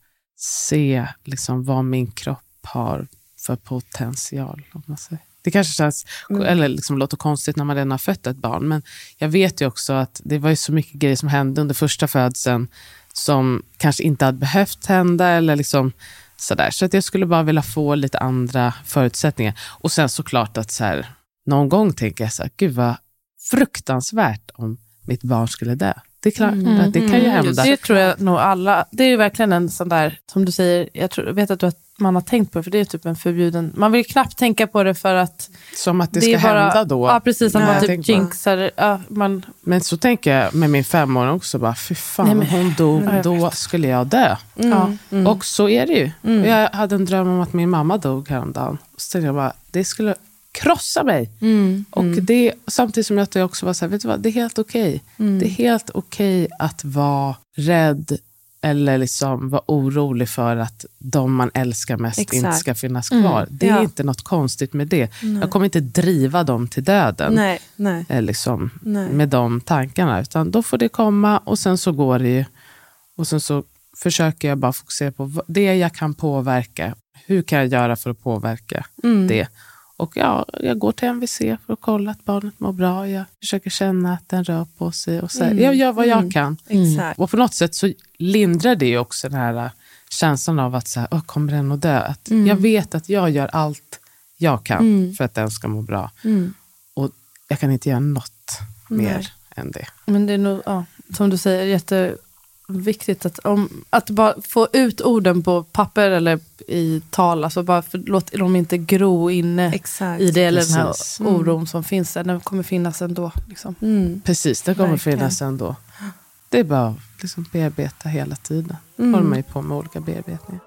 se liksom, vad min kropp har för potential. Om man säger. Det kanske känns, mm. eller liksom låter konstigt när man redan har fött ett barn. Men jag vet ju också att det var ju så mycket grejer som hände under första födseln som kanske inte hade behövt hända. Eller liksom sådär. Så att jag skulle bara vilja få lite andra förutsättningar. Och sen såklart att så här, någon gång tänker jag så här, gud vad fruktansvärt om mitt barn skulle dö. Det är klart, mm. det kan ju hända. Det tror jag nog alla, det är ju verkligen en sån där, som du säger, jag tror, vet att du, man har tänkt på det, för det är typ en förbjuden, man vill knappt tänka på det för att som att det, det ska bara, hända då. Ja, precis, som man typ jinxar. Ja, man... Men så tänker jag med min femåring också, bara, fy fan, nej, men, hon dog, nej, då skulle jag dö. Mm. Ja. Mm. Och så är det ju. Mm. Jag hade en dröm om att min mamma dog häromdagen. Och så tänkte jag bara, det skulle krossa mig. Mm. Och mm. det, samtidigt som jag också var så här, vet du vad, det är helt okej. Okay. Mm. Det är helt okej okay att vara rädd eller liksom vara orolig för att de man älskar mest Exakt. Inte ska finnas kvar. Mm. Det är ja. Inte något konstigt med det. Nej. Jag kommer inte driva dem till döden. Nej. Nej. Liksom, Nej. Med de tankarna. Utan då får det komma och sen så går det ju. Och sen så försöker jag bara fokusera på det jag kan påverka. Hur kan jag göra för att påverka mm. det? Och ja, jag går till M V C för att kolla att barnet mår bra. Jag försöker känna att den rör på sig. Och så mm. Jag gör vad jag mm. kan. Mm. Och på något sätt så lindrar det ju också den här känslan av att så här, oh, kommer den att dö? Att mm. jag vet att jag gör allt jag kan mm. för att den ska må bra. Mm. Och jag kan inte göra något Nej. Mer än det. Men det är nog, ja, som du säger, jätteviktigt att, om, att bara få ut orden på papper eller i tal, alltså bara för, låt dem inte gro inne Exakt. I det, eller Precis. Den här oron mm. som finns där, den kommer finnas ändå. Liksom. Mm. Precis, det kommer Verkligen. Finnas ändå. Det är bara att liksom bearbeta hela tiden. Mm. Håller mig på med olika bearbetningar.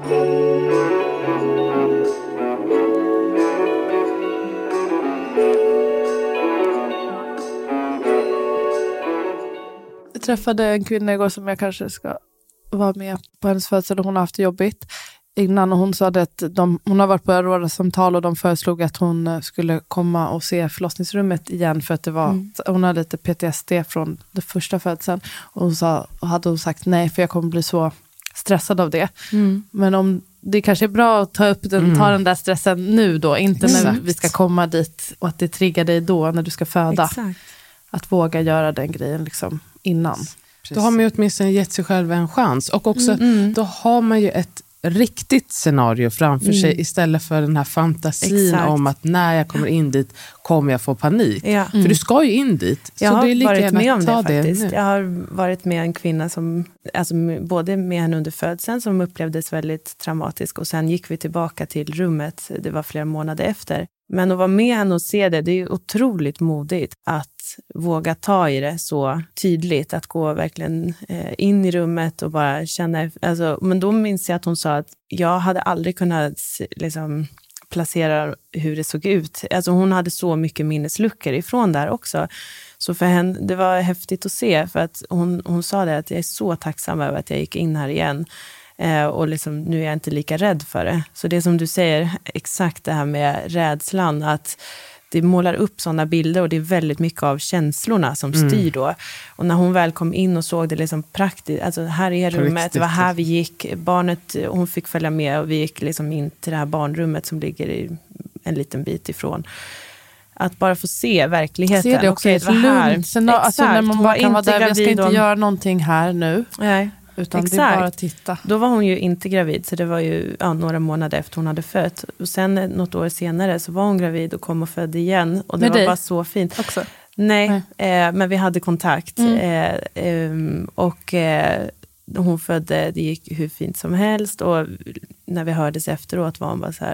Jag träffade en kvinna igår som jag kanske ska vara med på hennes födsel, och hon har haft det jobbigt innan, och hon sa att de, hon har varit på rådsamtal och de föreslog att hon skulle komma och se förlossningsrummet igen för att det var, mm. hon hade lite P T S D från det första födseln, och hon sa, och hade hon sagt nej för jag kommer bli så stressad av det. Mm. Men om det kanske är bra att ta upp den, mm. ta den där stressen nu då, inte Exakt. När vi ska komma dit och att det triggar dig då när du ska föda. Exakt. Att våga göra den grejen liksom innan. Precis. Då har man ju åtminstone gett sig själv en chans. Och också, mm. då har man ju ett riktigt scenario framför mm. sig istället för den här fantasin Exakt. Om att när jag kommer in dit kommer jag få panik. Ja. Mm. För du ska ju in dit. Jag så har det är lika varit med om det faktiskt. Det jag har varit med en kvinna som, alltså både med henne under födseln som upplevdes väldigt traumatisk, och sen gick vi tillbaka till rummet, det var flera månader efter. Men att vara med henne och se det, det är ju otroligt modigt att våga ta i det så tydligt, att gå verkligen eh, in i rummet och bara känna, alltså, men då minns jag att hon sa att jag hade aldrig kunnat liksom placera hur det såg ut. Alltså hon hade så mycket minnesluckor ifrån där också. Så för henne, det var häftigt att se, för att hon, hon sa det att jag är så tacksam över att jag gick in här igen. Eh, och liksom, nu är jag inte lika rädd för det. Så det som du säger, exakt det här med rädslan, att det målar upp sådana bilder och det är väldigt mycket av känslorna som styr mm. då. Och när hon väl kom in och såg det liksom praktiskt, alltså här är rummet, det var här vi gick, barnet, hon fick följa med och vi gick liksom in till det här barnrummet som ligger i en liten bit ifrån. Att bara få se verkligheten. Se det också, okay, ett lugnt scenario, alltså när man bara kan vara där, jag ska inte och... göra någonting här nu. Nej. Utan Exakt. Det är bara att titta. Då var hon ju inte gravid, så det var ju ja, några månader efter hon hade fött. Och sen något år senare så var hon gravid och kom och födde igen. Och det Med var dig? Bara så fint. Också? Nej, Nej. Eh, men vi hade kontakt. Mm. Eh, eh, och eh, hon födde, det gick hur fint som helst. Och när vi hördes efteråt var hon bara så här,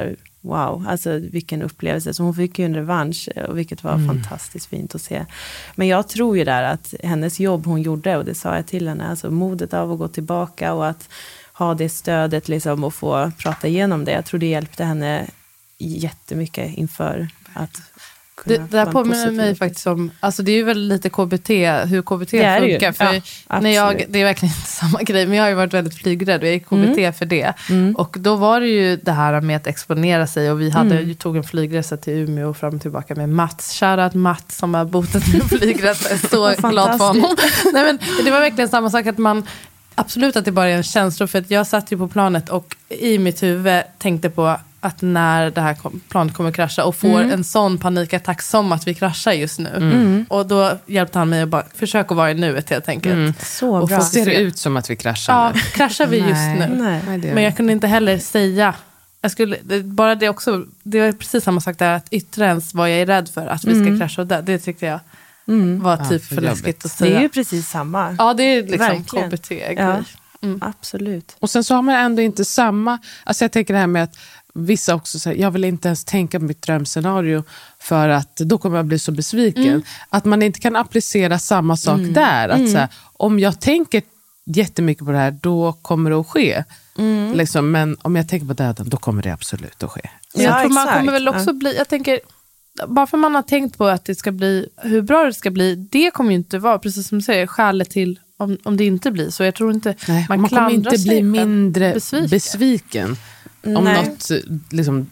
wow, alltså vilken upplevelse. Så hon fick ju en revansch, och vilket var mm. fantastiskt fint att se. Men jag tror ju där att hennes jobb hon gjorde, och det sa jag till henne, alltså modet av att gå tillbaka och att ha det stödet liksom och få prata igenom det. Jag tror det hjälpte henne jättemycket inför att Det, det där påminner mig faktiskt om, alltså det är ju väl lite K B T, hur K B T det funkar. För ja, när jag, det är verkligen inte samma grej, men jag har ju varit väldigt flygrädd och jag är K B T mm. för det. Mm. Och då var det ju det här med att exponera sig, och vi hade, mm. tog en flygresa till Umeå och fram och tillbaka med Mats. Shoutout Mats som har botat min flygresa. Jag är så glad för honom. Nej, men det var verkligen samma sak, att man absolut att det bara är en känsla, för att jag satt ju på planet och i mitt huvud tänkte på att när det här planet kommer krascha och får mm. en sån panikattack som att vi kraschar just nu. Mm. Och då hjälpte han mig att bara försöka vara i nuet helt enkelt. Mm. Så och bra. Ser det ut som att vi kraschar ja, nu? Ja, kraschar vi just nu. Nej. Men jag kunde inte heller säga, jag skulle, det, bara det också, det var precis samma sak där, att yttre ens var jag är rädd för att vi ska mm. krascha och där. Det tyckte jag mm. var typ ja, för, för läskigt att säga. Det är ju precis samma. Ja, det är liksom K B T. Ja. Mm. Absolut. Och sen så har man ändå inte samma, alltså jag tänker det här med att vissa också säger, jag vill inte ens tänka på mitt drömscenario för att då kommer jag bli så besviken. Mm. Att man inte kan applicera samma sak mm. där. Att mm. så här, om jag tänker jättemycket på det här, då kommer det att ske. Mm. Liksom, men om jag tänker på döden, då kommer det absolut att ske. Ja, jag tror man kommer väl också ja. bli, jag tänker, bara för man har tänkt på att det ska bli, hur bra det ska bli, det kommer ju inte vara, precis som du säger, skälet till om, om det inte blir så. Jag tror inte, Nej, man, man kommer inte bli mindre besviken. besviken. Om Nej. något liksom,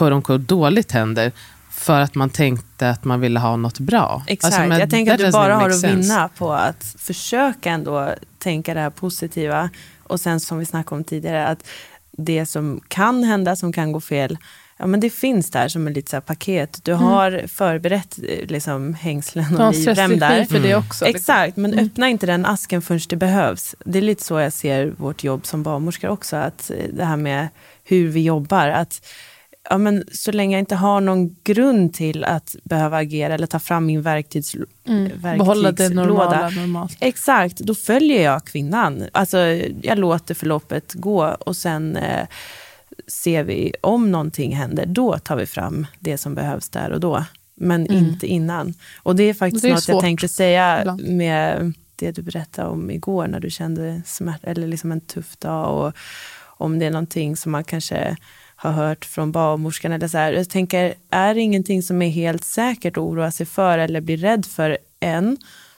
dåligt händer för att man tänkte att man ville ha något bra. Exakt, alltså, jag tänker att du bara har att vinna på att försöka ändå tänka det här positiva. Och sen som vi snackade om tidigare, att det som kan hända, som kan gå fel, ja men det finns där som en lite så här paket. Du mm. har förberett liksom hängslen och livrem där. För det också. Mm. Exakt, men mm. öppna inte den asken förrän det behövs. Det är lite så jag ser vårt jobb som barnmorskor också. Att det här med hur vi jobbar, att ja, men så länge jag inte har någon grund till att behöva agera eller ta fram min verktygs, mm. verktygslåda. Behålla det normala, normalt. Exakt, då följer jag kvinnan. Alltså jag låter förloppet gå och sen eh, ser vi om någonting händer, då tar vi fram det som behövs där och då. Men mm. inte innan. Och det är faktiskt det är något svårt. Jag tänkte säga ibland. Med det du berättade om igår när du kände smärta eller liksom en tuff dag, och om det är någonting som man kanske har hört från barnmorskan eller så här. Jag tänker, är det ingenting som är helt säkert att oroa sig för eller bli rädd för än,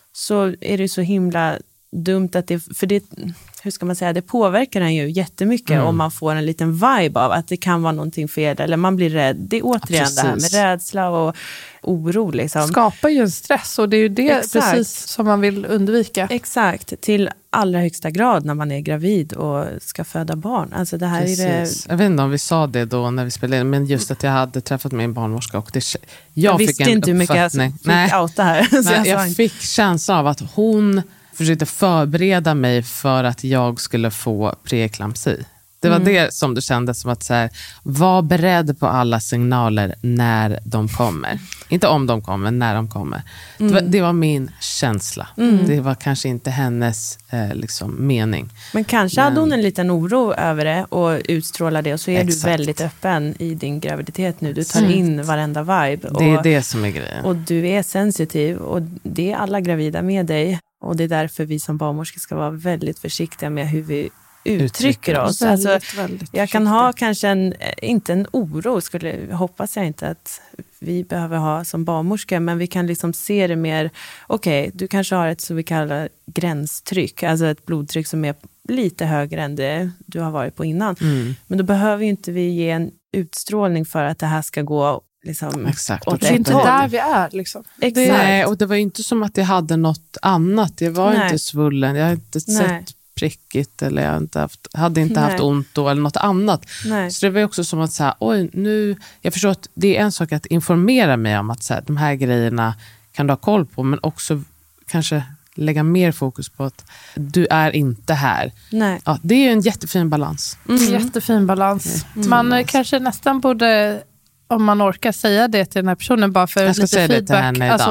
så är det så himla dumt att det, för det, hur ska man säga, det påverkar en ju jättemycket mm. om man får en liten vibe av att det kan vara någonting fel eller man blir rädd. Det är återigen ja, det här med rädsla och oro liksom. Skapar ju en stress, och det är ju det Exakt. Precis som man vill undvika. Exakt, till allra högsta grad när man är gravid och ska föda barn. Alltså det här är det... Jag vet inte om vi sa det då när vi spelade, men just att jag hade träffat min barnmorska och det, jag, jag fick visste en inte hur mycket jag fick outa här. Nej, jag, jag fick känslan av att hon försökte förbereda mig för att jag skulle få preeklampsi. Det var mm. det som du kände som att så här, var beredd på alla signaler när de kommer. Inte om de kommer, när de kommer. Mm. Det, var, det var min känsla. Mm. Det var kanske inte hennes eh, liksom, mening. Men kanske Men... hade hon en liten oro över det och utstrålar det. Och så är Exakt. Du väldigt öppen i din graviditet nu. Du tar mm. in varenda vibe. Och, det är det som är grejen. Och du är sensitiv. Och det är alla gravida med dig. Och det är därför vi som barnmorskor ska vara väldigt försiktiga med hur vi uttrycker oss. Väldigt, alltså, väldigt jag kan ha kanske en, inte en oro, skulle, hoppas jag inte att vi behöver ha som barnmorska, men vi kan liksom se det mer, okej, okay, du kanske har ett så vi kallar gränstryck, alltså ett blodtryck som är lite högre än det du har varit på innan. Mm. Men då behöver ju inte vi ge en utstrålning för att det här ska gå liksom. Exakt. Och det är inte där vi är liksom. Exakt. Nej, och det var ju inte som att jag hade något annat. Jag var Nej. inte svullen, jag har inte Nej. sett prickigt eller jag inte haft, hade inte Nej. haft ont då eller något annat. Nej. Så det var också som att säga, oj nu, jag förstår att det är en sak att informera mig om att så här, de här grejerna kan du ha koll på, men också kanske lägga mer fokus på att du är inte här. Nej. Ja, det är en jättefin balans. Mm. Jättefin balans. Mm. Man balans. kanske nästan borde, om man orkar säga det till den här personen bara för jag ska lite säga feedback. Det till henne alltså bara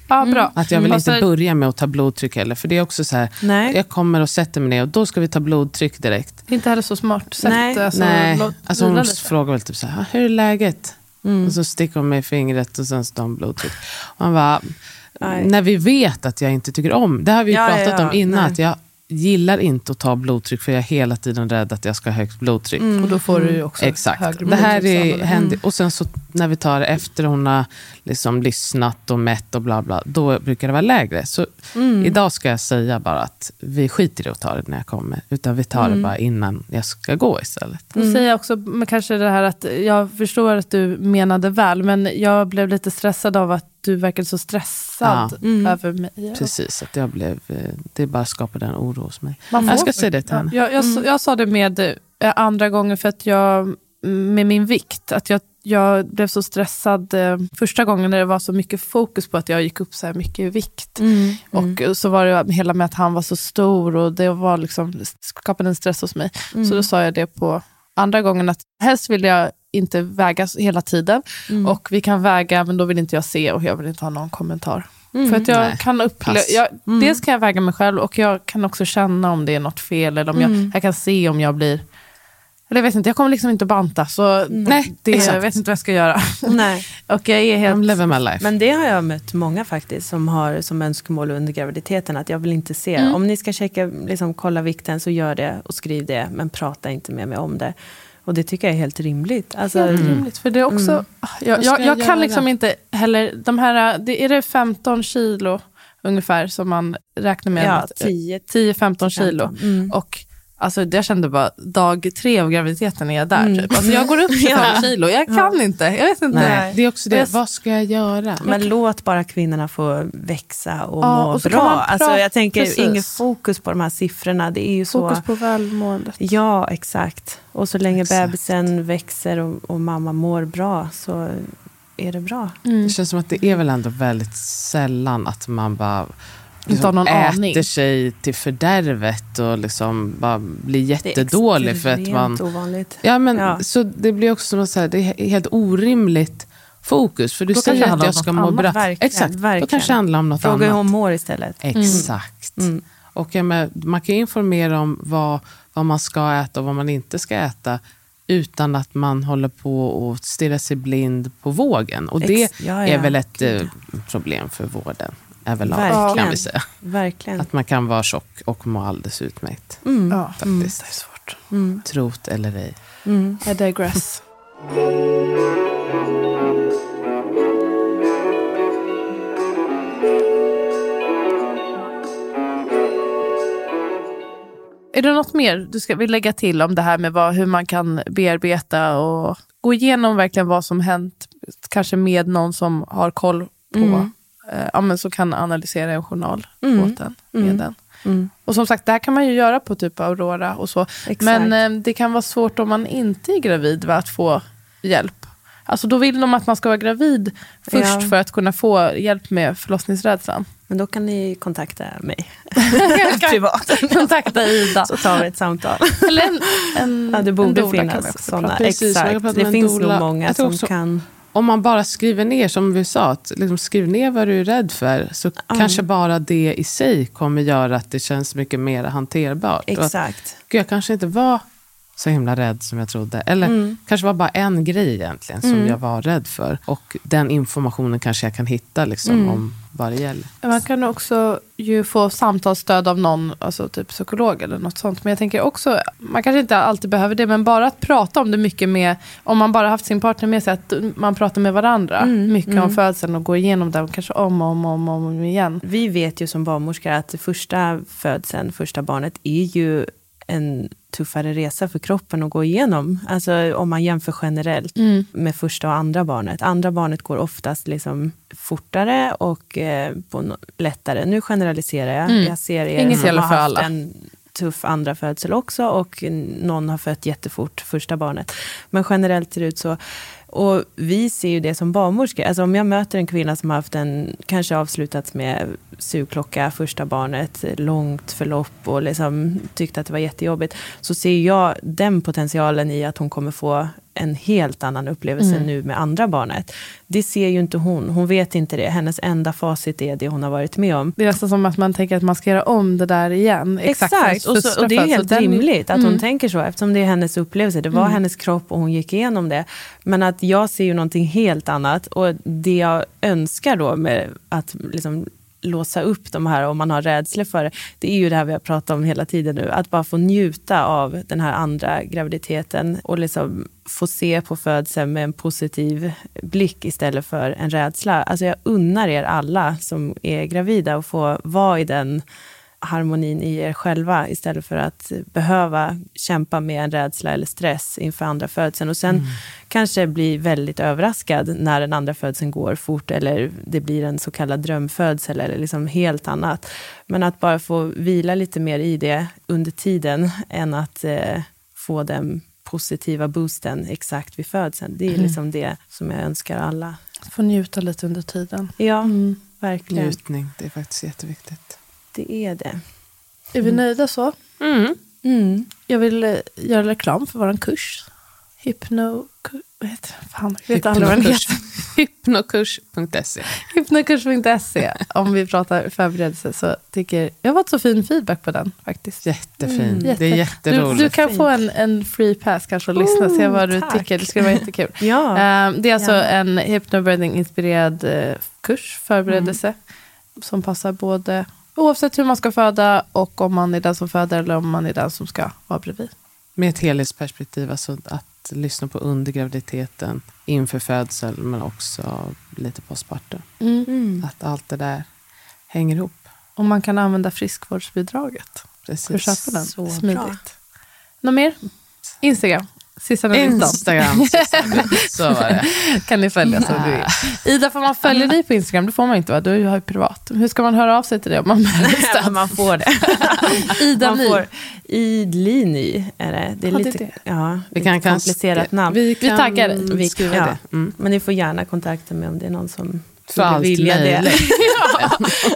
Ja, bra. Att jag vill Mm. inte Alltså- börja med att ta blodtryck heller. För det är också så här, Nej. jag kommer och sätter mig ner och då ska vi ta blodtryck direkt. Inte heller så smart sätt. Nej. Alltså, Nej, låt- alltså hon vila lite. frågar väl typ så här, hur är läget? Mm. Och så sticker hon med fingret och sen står hon blodtryck. Och man bara, Nej. när vi vet att jag inte tycker om, det har vi ju Ja, pratat ja, om innan, nej. att jag gillar inte att ta blodtryck för jag är hela tiden rädd att jag ska ha högt blodtryck. Mm. Och då får du ju också Exakt. högre Det här blodtryck är sannolikt. händer, och sen så när vi tar det efter hon har liksom lyssnat och mätt och bla bla, då brukar det vara lägre. Så Mm. idag ska jag säga bara att vi skiter i att ta det när jag kommer, utan vi tar det bara innan jag ska gå istället. Då säger jag också men kanske det här att jag förstår att du menade väl, men jag blev lite stressad av att du verkade så stressad Ja. Mm. över mig. Precis, att jag blev, eh, det bara skapade en oro hos mig. Man får- Jag ska säga det till henne. Jag, jag, jag, jag sa det med eh, andra gången för att jag med min vikt, att jag, jag blev så stressad eh, första gången när det var så mycket fokus på att jag gick upp så här mycket i vikt. Mm. Och så var det hela med att han var så stor och det var liksom skapade en stress hos mig. Mm. Så då sa jag det på andra gången att helst vill jag inte väga hela tiden Mm. och vi kan väga men då vill inte jag se och jag vill inte ha någon kommentar. För att jag Nej, kan uppleva, pass. jag, dels kan jag väga mig själv och jag kan också känna om det är något fel eller om jag, jag kan se om jag blir, eller jag vet inte, jag kommer liksom inte att banta så Nej, det, jag exakt. vet inte vad jag ska göra. Nej. Och jag är I'm helt... living my life. Men det har jag mött många faktiskt som har som önskemål under graviditeten att jag vill inte se. Mm. Om ni ska checka, liksom, kolla vikten så gör det och skriv det men prata inte med mig om det. Och det tycker jag är helt rimligt. Alltså, Helt rimligt, för det är också... Mm. Jag, Vad ska jag, jag jag kan göra? liksom inte heller... De här, det, är det femton kilo ungefär som man räknar med? Ja, att- tio tio femton kilo. Mm. Och alltså, jag kände bara, dag tre av graviditeten är jag där. Mm. Typ. Alltså, jag går upp tjugofem Ja. kilo, jag kan inte. Jag vet inte. Nej, det är också det, Jag- vad ska jag göra? Men låt bara kvinnorna få växa och Ja, må och så kan bra. man Alltså, prata- jag tänker, precis. inget fokus på de här siffrorna. Det är ju så... Fokus på välmåendet. Ja, exakt. Och så länge Exakt. bebisen växer och, och mamma mår bra så är det bra. Det känns som att det är väl ändå väldigt sällan att man bara Inte har någon äter aning. sig till fördärvet och liksom bara blir jättedålig för att man... extremt ovanligt. Ja, men Ja. så det blir också som att säga, det är helt orimligt fokus. För du Då kanske det säger att handlar jag om ska något må annat. bra. Verkligen, Exakt, då verkligen. kanske det handlar om något Fråga hur annat. hon mår istället. Exakt. Mm. Och ja, men, man kan ju informera om vad, vad man ska äta och vad man inte ska äta utan att man håller på och stirrar sig blind på vågen. Och det Ex- ja, ja. är väl ett Gud. eh, problem för vården överlag, Verkligen. kan vi säga. Verkligen. Att man kan vara tjock och må alldeles utmärkt. Mm. Ja, Faktiskt. det är svårt. Mm. Trot eller ej. Mm. I digress. Är det något mer du ska vill lägga till om det här med vad, hur man kan bearbeta och gå igenom verkligen vad som hänt, kanske med någon som har koll på, Mm. eh, ja, men så kan analysera en journal Mm. åt den, med Mm. den. Mm. Och som sagt, det här kan man ju göra på typ Aurora och så. Exakt. Men eh, det kan vara svårt om man inte är gravid va, att få hjälp. Alltså då vill de att man ska vara gravid först Ja. för att kunna få hjälp med förlossningsrädslan. Men då kan ni kontakta mig privat. Kontakta Ida. Så tar vi ett samtal. Eller en, en, Ja, det en borde doula kan vi finnas också sådana. prata. Precis, man kan Exakt. prata med Det en finns doula. nog många Jag tror som också- kan... Om man bara skriver ner, som vi sa, att liksom skriv ner vad du är rädd för, så kanske bara det i sig kommer göra att det känns mycket mer hanterbart. Och att, Exakt. Gud, jag kanske inte var så himla rädd som jag trodde. Eller Mm. kanske var bara en grej egentligen som jag var rädd för. Och den informationen kanske jag kan hitta liksom, Mm. om vad det gäller. Man kan också ju få samtalsstöd av någon, alltså typ psykolog eller något sånt. Men jag tänker också, man kanske inte alltid behöver det, men bara att prata om det mycket med, om man bara haft sin partner med sig, att man pratar med varandra Mm, mycket mm. om födseln och går igenom den kanske om och om, om, om igen. Vi vet ju som barnmorskor att första födseln, första barnet är ju en tuffare resa för kroppen att gå igenom. Alltså om man jämför generellt Mm. med första och andra barnet. Andra barnet går oftast liksom fortare och eh, på no- lättare. Nu generaliserar jag. Mm. Jag ser er Inget som gäller har för haft alla. en tuff andra födsel också och någon har fött jättefort första barnet. Men generellt ser det ut så. Och vi ser ju det som barnmorskor. Alltså om jag möter en kvinna som har haft en, kanske avslutats med sugklocka första barnet, långt förlopp och liksom tyckte att det var jättejobbigt, så ser jag den potentialen i att hon kommer få en helt annan upplevelse Mm. nu med andra barnet. Det ser ju inte hon. Hon vet inte det. Hennes enda facit är det hon har varit med om. Det är nästan som att man tänker att man ska göra om det där igen. Exakt, Exakt. och, så, och det är helt rimligt att hon tänker så, eftersom det är hennes upplevelse. Det var Mm. hennes kropp och hon gick igenom det. Men att jag ser ju någonting helt annat, och det jag önskar då med att liksom låsa upp de här, om man har rädsla för det, det är ju det här vi har pratat om hela tiden nu, att bara få njuta av den här andra graviditeten och liksom få se på födseln med en positiv blick istället för en rädsla. Alltså jag unnar er alla som är gravida att få vara i den harmonin i er själva istället för att behöva kämpa med en rädsla eller stress inför andra födseln, och sen mm. kanske bli väldigt överraskad när den andra födseln går fort eller det blir en så kallad drömfödsel eller liksom helt annat. Men att bara få vila lite mer i det under tiden än att eh, få den positiva boosten exakt vid födseln. Det är mm. liksom det som jag önskar alla. Få njuta lite under tiden. Ja, mm. verkligen. Njutning, det är faktiskt jätteviktigt. Det är det. Är vi nöjda så? Mm. Mm. Jag vill uh, göra reklam för vår kurs. Hypno... Vad heter det? Fan, jag vet aldrig vad den heter. Hypnokurs punkt se Hypnokurs punkt se. Om vi pratar förberedelse så tycker jag har fått så fin feedback på den faktiskt. Jättefin. Mm. Jätte. Det är jätteroligt. Du, du kan få en, en free pass kanske och lyssna och se vad du tack. tycker. Det skulle vara jättekul. Ja. Um, det är alltså ja. en hypnobirthing-inspirerad uh, kurs, förberedelse, mm. som passar både oavsett hur man ska föda och om man är den som föder eller om man är den som ska vara bredvid. Med ett helhetsperspektiv, alltså att lyssna på under graviditeten, inför födsel, men också lite postpartum. Mm. Mm. Att allt det där hänger ihop. Och man kan använda friskvårdsbidraget. Precis. För att köpa den. Så smidigt. bra. Något mer? Instagram. Sista Instagram. Så var det. Kan ni följa så du vill. Ida, får man följa dig på Instagram? Det får man inte, va? Du har ju privat. Hur ska man höra av sig till det om man ja, man får det. Ida man Ny. får Idliny är det. Det är ja, lite, det är det. Ja, vi lite kan komplicerat namn. Vi, kan vi taggar dig. Vi skriva ja. det. Mm. Men ni får gärna kontakta mig om det är någon som för allt vilja det. Ja.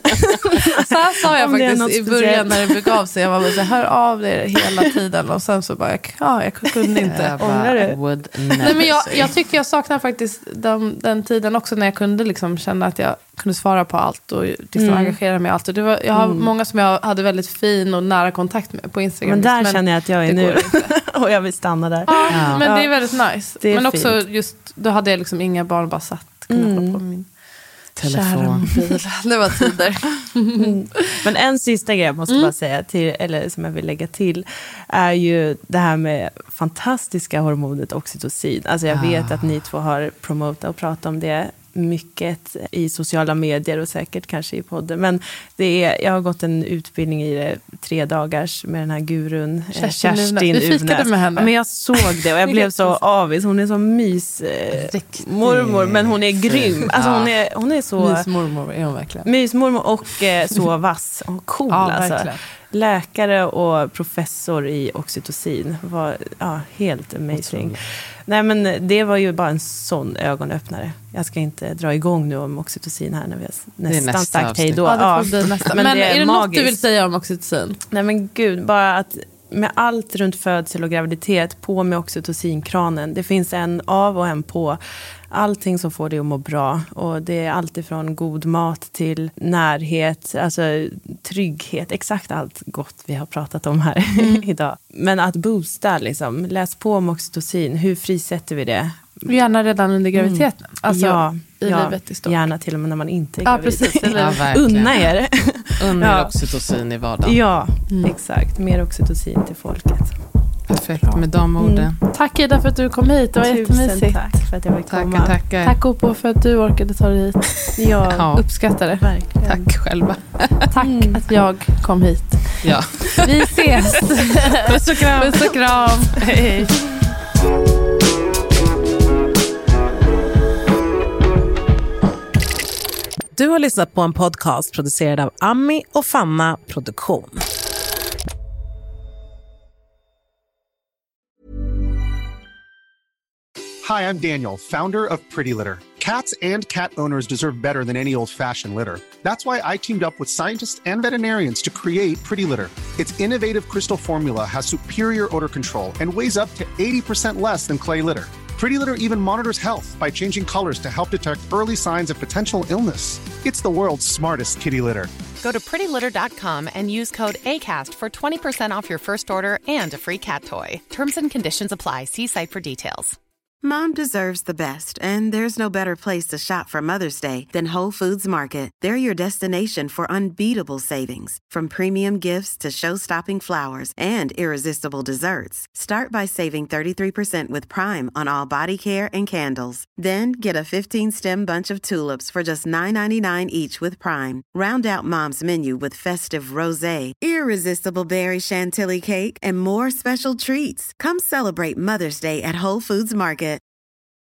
Så här sa jag Om det är faktiskt något i början speciellt. när det begav sig. Jag var bara så här, hör av dig hela tiden. Och sen så bara, ja, jag kunde inte. Ångrar du? Would Nej, men jag, jag tycker jag saknar faktiskt den, den tiden också när jag kunde liksom känna att jag kunde svara på allt och liksom Mm. engagera mig i allt. Och det var, jag har Mm. många som jag hade väldigt fin och nära kontakt med på Instagram. Men där känner jag att jag är det nu. går inte. Och jag vill stanna där. Ja, Ja. men Ja. det är väldigt nice. Det är men också fint. just, då hade jag liksom inga barn, bara satt. Kunde Mm. hålla på med min kära telefon. mobil. Det var tider. Mm. Men en sista grej jag måste Mm. bara säga till, eller som jag vill lägga till, är ju det här med fantastiska hormonet oxytocin. Alltså jag vet Ah. att ni två har promotat och pratat om det mycket i sociala medier och säkert kanske i podden. Men det är, jag har gått en utbildning i det, tre dagars med den här gurun eh, Kerstin Kerstin Uvnäs. Vi fikade Uvnäs. med henne. Ja, men jag såg det och jag blev så avis. Hon är så mys eh, Riktigt mormor, men hon är grym. Alltså Ja. hon är, hon är så Mysmormor är hon verkligen. mysmormor och eh, så vass och cool. Ja, alltså. verkligen. Läkare och professor i oxytocin var ja, helt amazing. Otroligt. Nej, men det var ju bara en sån ögonöppnare. Jag ska inte dra igång nu om oxytocin här när vi har nästan nästa sagt hej avsnitt. då. Ja, det får bli nästa. Men, men det är, är det något magiskt. du vill säga om oxytocin? Nej men gud, bara att med allt runt födsel och graviditet, på med oxytocinkranen. Det finns en av och en på. Allting som får dig att må bra. Och det är allt ifrån god mat till närhet, alltså trygghet. Exakt allt gott vi har pratat om här Mm. idag. Men att boosta, liksom. Läs på om oxytocin. Hur frisätter vi det? Gärna redan under graviditeten. Alltså ja, i ja, livet i stort. gärna till och med när man inte är Ja, gravid. precis. Eller, Ja, verkligen. Unna er. Unna Ja. oxytocin i vardagen. Ja, Mm. exakt. Mer oxytocin till folket. Perfekt, med de orden. Tack Ida för att du kom hit. Det var jättemysigt. Tusen tack för att jag fick komma. Tackar, tackar. Tack Opo för att du orkade ta dig hit. Ja, Ja. Uppskattar det. verkligen. Tack själva. Tack att jag kom hit. Ja. Vi ses. Puss och kram. Puss och kram. Hej. Du har lyssnat på en podcast producerad av Ami och Fanna Produktion. Hi, I'm Daniel, founder of Pretty Litter. Cats and cat owners deserve better than any old-fashioned litter. That's why I teamed up with scientists and veterinarians to create Pretty Litter. Its innovative crystal formula has superior odor control and weighs up to eighty percent less than clay litter. Pretty Litter even monitors health by changing colors to help detect early signs of potential illness. It's the world's smartest kitty litter. Go to pretty litter dot com and use code ACAST for twenty percent off your first order and a free cat toy. Terms and conditions apply. See site for details. Mom deserves the best, and there's no better place to shop for Mother's Day than Whole Foods Market. They're your destination for unbeatable savings, from premium gifts to show-stopping flowers and irresistible desserts. Start by saving thirty-three percent with Prime on all body care and candles. Then get a fifteen-stem bunch of tulips for just nine ninety-nine each with Prime. Round out Mom's menu with festive rosé, irresistible berry chantilly cake, and more special treats. Come celebrate Mother's Day at Whole Foods Market.